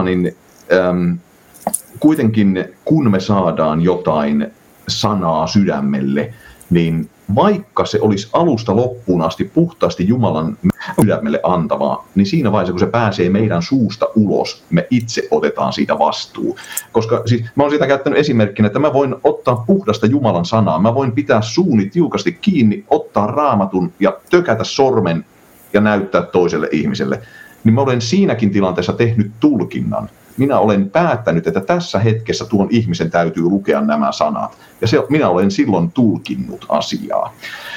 kuitenkin kun me saadaan jotain sanaa sydämelle, niin vaikka se olisi alusta loppuun asti puhtaasti Jumalan sydämelle antavaa, niin siinä vaiheessa, kun se pääsee meidän suusta ulos, me itse otetaan siitä vastuu. Koska siis, mä olen siitä käyttänyt esimerkkinä, että mä voin ottaa puhdasta Jumalan sanaa, mä voin pitää suuni tiukasti kiinni, ottaa raamatun ja tökätä sormen ja näyttää toiselle ihmiselle. Niin mä olen siinäkin tilanteessa tehnyt tulkinnan. Minä olen päättänyt, että tässä hetkessä tuon ihmisen täytyy lukea nämä sanat. Ja minä olen silloin tulkinnut asiaa.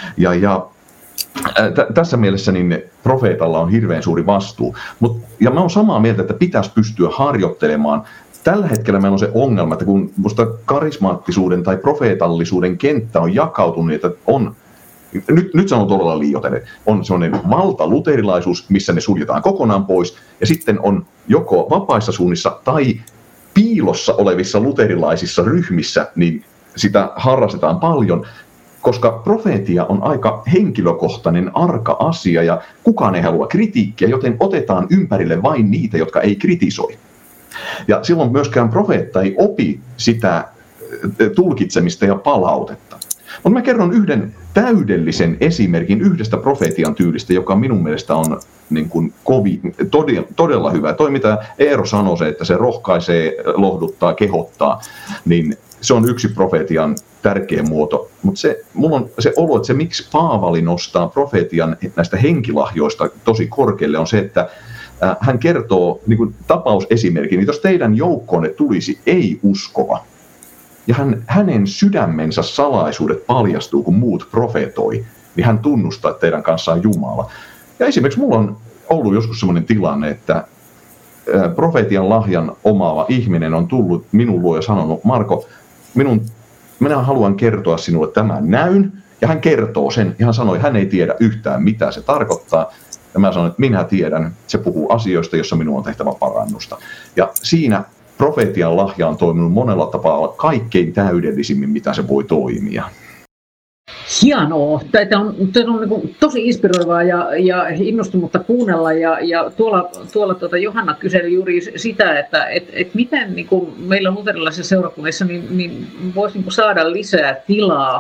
Tässä mielessä niin profeetalla on hirveän suuri vastuu. Ja mä olen samaa mieltä, että pitäisi pystyä harjoittelemaan. Tällä hetkellä meillä on se ongelma, että kun musta karismaattisuuden tai profeetallisuuden kenttä on jakautunut, että on nyt sanon todella liioitellen, on sellainen valtaluterilaisuus, missä ne suljetaan kokonaan pois, ja sitten on joko vapaissa suunnissa tai piilossa olevissa luterilaisissa ryhmissä, niin sitä harrastetaan paljon, koska profeetia on aika henkilökohtainen, arka asia, ja kukaan ei halua kritiikkiä, joten otetaan ympärille vain niitä, jotka ei kritisoi. Ja silloin myöskään profeetta ei opi sitä tulkitsemista ja palautetta. Mutta mä kerron yhden täydellisen esimerkin yhdestä profeetian tyylistä, joka minun mielestä on niin kuin todella hyvä. Toi mitä Eero sanoi, se, että se rohkaisee, lohduttaa, kehottaa, niin se on yksi profeetian tärkeä muoto. Mutta mulla on se olo, että se miksi Paavali nostaa profeetian näistä henkilahjoista tosi korkealle on se, että hän kertoo niin kuin tapausesimerkin, että jos teidän joukkoonne tulisi ei-uskova, ja hänen sydämensä salaisuudet paljastuu, kun muut profetoi, niin hän tunnustaa, että teidän kanssa on Jumala. Ja esimerkiksi mulla on ollut joskus sellainen tilanne, että profeetian lahjan omaava ihminen on tullut minun luo ja sanonut, Marko, minä haluan kertoa sinulle tämän näyn, ja hän kertoo sen, ja hän sanoi, että hän ei tiedä yhtään, mitä se tarkoittaa. Ja mä sanoin, että minä tiedän, se puhuu asioista, joissa minun on tehtävä parannusta. Ja siinä profeetian lahja on toiminut monella tapaa kaikkein täydellisimmin, mitä se voi toimia. Hienoa. Tämä on niin tosi inspiroivaa ja innostunutta kuunnella. Ja tuolla Johanna kyseli juuri sitä, että miten niin kuin meillä luterilaisissa seurakunnissa niin voisi niin kuin saada lisää tilaa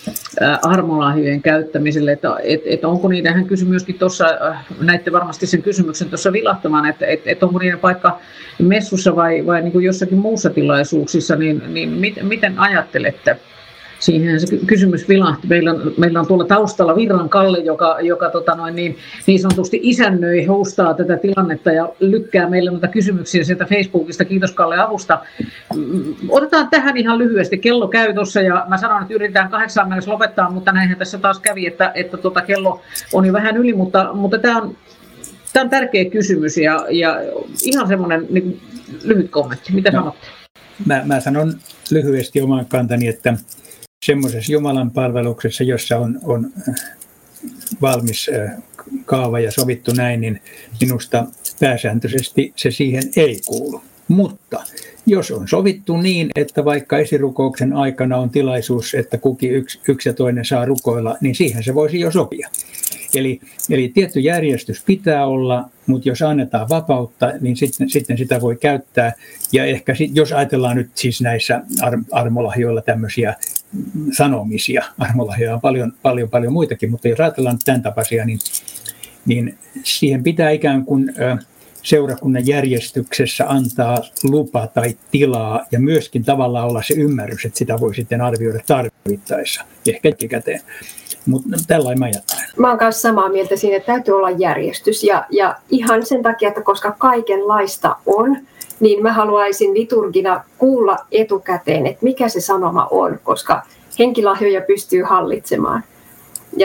armolahjojen käyttämiselle, että onko niitä, hän kysyi myöskin tuossa, näitte varmasti sen kysymyksen tuossa vilahtamaan, että onko niiden paikka messussa vai niin kuin jossakin muussa tilaisuuksissa, niin miten ajattelette? Siihen se kysymys vilahti. Meillä on tuolla taustalla Virran Kalle, joka niin sanotusti isännöi, hostaa tätä tilannetta ja lykkää meille noita kysymyksiä sieltä Facebookista. Kiitos Kalle avusta. Otetaan tähän ihan lyhyesti. Kello käy tuossa ja mä sanon, että yritetään 8 mennessä lopettaa, mutta näinhän tässä taas kävi, että kello on jo vähän yli, mutta tämä on tärkeä kysymys ja ihan semmoinen niin lyhyt kommentti. Mitä sanotte? Mä sanon lyhyesti oman kantani, että semmoisessa Jumalan palveluksessa, jossa on valmis kaava ja sovittu näin, niin minusta pääsääntöisesti se siihen ei kuulu. Mutta jos on sovittu niin, että vaikka esirukouksen aikana on tilaisuus, että kukin yksi ja toinen saa rukoilla, niin siihen se voisi jo sopia. Eli tietty järjestys pitää olla, mutta jos annetaan vapautta, niin sitten sitä voi käyttää. Ja ehkä jos ajatellaan nyt siis näissä armolahjoilla tämmöisiä sanomisia, armolahjoja on paljon muitakin, mutta jos ajatellaan tämän tapaisia, niin siihen pitää ikään kuin seurakunnan järjestyksessä antaa lupa tai tilaa ja myöskin tavallaan olla se ymmärrys, että sitä voi sitten arvioida tarvittaessa, ehkä jälkikäteen. Mutta tällainen mä ajattelen. Mä oon kanssa samaa mieltä siinä, että täytyy olla järjestys ja ihan sen takia, että koska kaikenlaista on, niin mä haluaisin liturgina kuulla etukäteen, että mikä se sanoma on, koska henkilahjoja pystyy hallitsemaan. Ja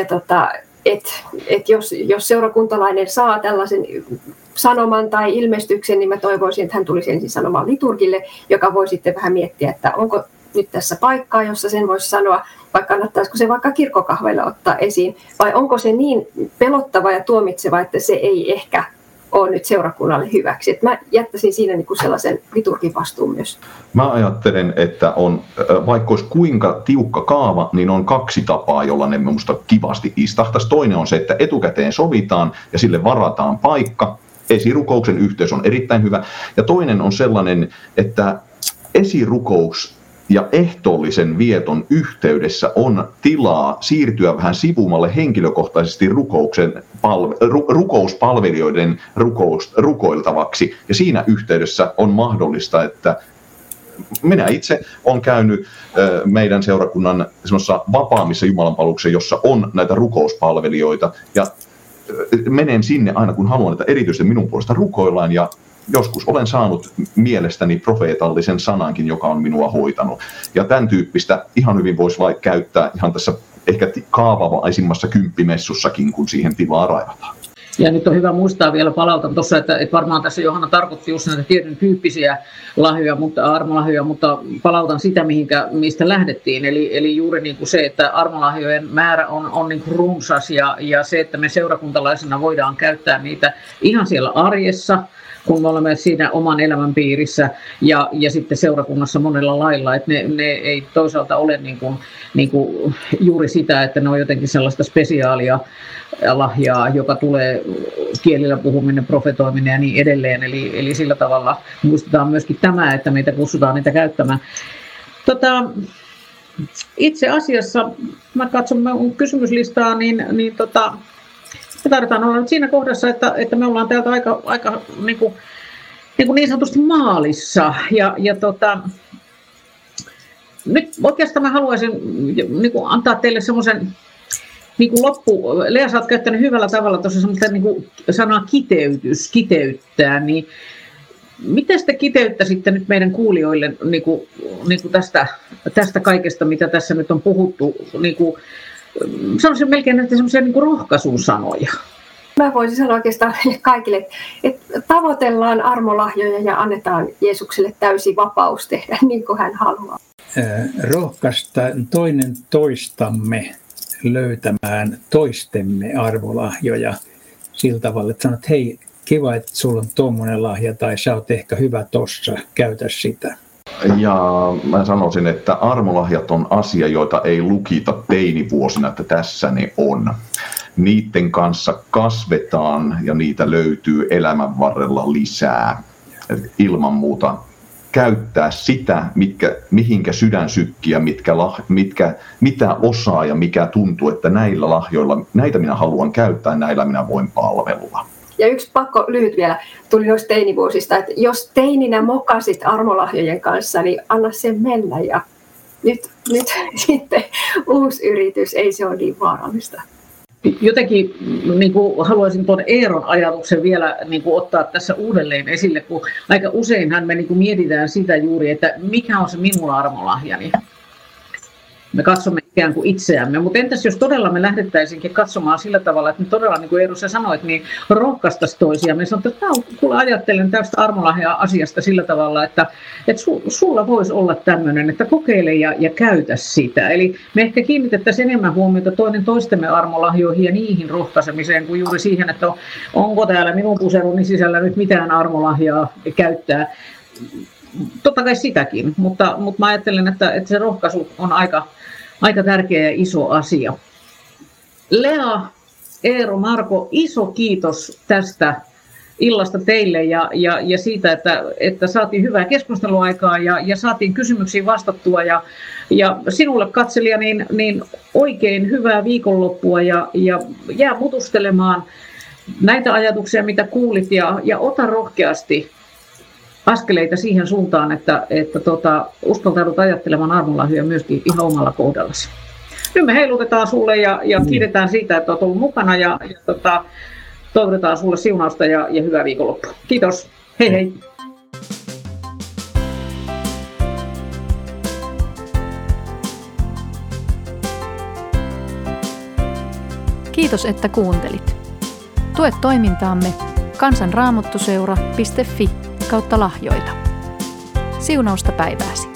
jos seurakuntalainen saa tällaisen sanoman tai ilmestyksen, niin mä toivoisin, että hän tulisi ensin sanomaan liturgille, joka voi sitten vähän miettiä, että onko nyt tässä paikkaa, jossa sen voisi sanoa, vai kannattaisiko se vaikka kirkkokahveilla ottaa esiin, vai onko se niin pelottava ja tuomitseva, että se ei ehkä ole nyt seurakunnalle hyväksi. Että mä jättäisin siinä niin kuin sellaisen liturgivastuun myös. Mä ajattelen, että vaikka olisi kuinka tiukka kaava, niin on 2 tapaa, jolla ne minusta kivasti istahtaisi. Toinen on se, että etukäteen sovitaan ja sille varataan paikka. Esirukouksen yhteys on erittäin hyvä. Ja toinen on sellainen, että esirukous ja ehtoollisen vieton yhteydessä on tilaa siirtyä vähän sivumalle henkilökohtaisesti rukouspalvelijoiden rukoiltavaksi. Ja siinä yhteydessä on mahdollista, että minä itse olen käynyt meidän seurakunnan vapaamissa jumalanpalveluksissa, jossa on näitä rukouspalvelijoita. Ja menen sinne aina kun haluan, että erityisesti minun puolesta rukoillaan ja joskus olen saanut mielestäni profeetallisen sanankin, joka on minua hoitanut. Ja tämän tyyppistä ihan hyvin voisi käyttää ihan tässä ehkä kaavavaisimmassa kymppimessussakin, kun siihen tilaa rajataan. Ja nyt on hyvä muistaa vielä, palautan tuossa, että varmaan tässä Johanna tarkoitti just näitä tietyn tyyppisiä lahjoja, armolahjoja, mutta palautan sitä, mistä lähdettiin. Eli juuri niin kuin se, että armolahjojen määrä on niin kuin runsas ja se, että me seurakuntalaisena voidaan käyttää niitä ihan siellä arjessa, kun me olemme siinä oman elämän piirissä ja sitten seurakunnassa monella lailla, että ne ei toisaalta ole niin kuin juuri sitä, että ne on jotenkin sellaista spesiaalia lahjaa, joka tulee kielillä puhuminen, profetoiminen ja niin edelleen. Eli sillä tavalla muistetaan myöskin tämä, että meitä kutsutaan niitä käyttämään. Itse asiassa, mä katson kysymyslistaa, niin me tarvitaan olla nyt siinä kohdassa, että me ollaan täältä aika niin sanotusti maalissa. Nyt oikeastaan mä haluaisin niin antaa teille semmoisen niin Lea, sä oot käyttänyt hyvällä tavalla tuossa semmoista niin sanaa kiteyttää, niin miten te kiteyttäisitte nyt meidän kuulijoille niin kuin tästä kaikesta, mitä tässä nyt on puhuttu, sanoisin melkein näitä semmoisia niin rohkaisun sanoja? Mä voisin sanoa oikeastaan kaikille, että tavoitellaan armolahjoja ja annetaan Jeesukselle täysi vapaus tehdä niin kuin hän haluaa. Rohkaista toinen toistamme löytämään toistemme armolahjoja sillä tavalla, että sanot, hei, kiva, että sulla on tuommoinen lahja tai sä oot ehkä hyvä tossa, käytä sitä. Ja mä sanoisin, että armolahjat on asia, joita ei lukita teinivuosina, että tässä ne on. Niiden kanssa kasvetaan ja niitä löytyy elämän varrella lisää. Ilman muuta käyttää sitä, mihinkä sydän sykkii ja mitä osaa ja mikä tuntuu, että näillä lahjoilla, näitä minä haluan käyttää, näillä minä voin palvella. Ja yksi pakko lyhyt vielä tuli noista teinivuosista, että jos teininä mokasit armolahjojen kanssa, niin anna sen mennä ja nyt sitten uusi yritys, ei se ole niin vaarallista. Jotenkin niin kuin haluaisin tuon Eeron ajatuksen vielä niin kuin ottaa tässä uudelleen esille, kun aika useinhan me niin kuin mietitään sitä juuri, että mikä on se minun armolahjani. Me katsomme ikään kuin itseämme, mutta entäs jos todella me lähdettäisinkin katsomaan sillä tavalla, että me todella, niin kuin Eero sä sanoit, niin rohkaistaisiin toisiaan. Me sanotaan, että kuule, ajattelen tästä armolahja-asiasta sillä tavalla, että sulla voisi olla tämmöinen, että kokeile ja käytä sitä. Eli me ehkä kiinnitettäisiin enemmän huomiota toinen toistemme armolahjoihin ja niihin rohkaisemiseen kuin juuri siihen, että onko täällä minun puseruni sisällä nyt mitään armolahjaa käyttää. Totta kai sitäkin, mutta mä ajattelen, että se rohkaisu on aika tärkeä ja iso asia. Lea, Eero, Marko, iso kiitos tästä illasta teille ja siitä, että saatiin hyvää keskusteluaikaa ja saatiin kysymyksiin vastattua. Ja sinulle katselija, niin oikein hyvää viikonloppua ja jää mutustelemaan näitä ajatuksia, mitä kuulit ja ota rohkeasti askeleita siihen suuntaan, että uskaltaudut ajattelemaan armolahjoja myöskin ihan omalla kohdallasi. Nyt me heilutetaan sulle ja kiitetään siitä, että olet ollut mukana ja toivotetaan sulle siunausta ja hyvää viikonloppua. Kiitos. Hei hei. Kiitos, että kuuntelit. Tue toimintaamme kansanraamattuseura.fi/lahjoita. Siunausta päivääsi.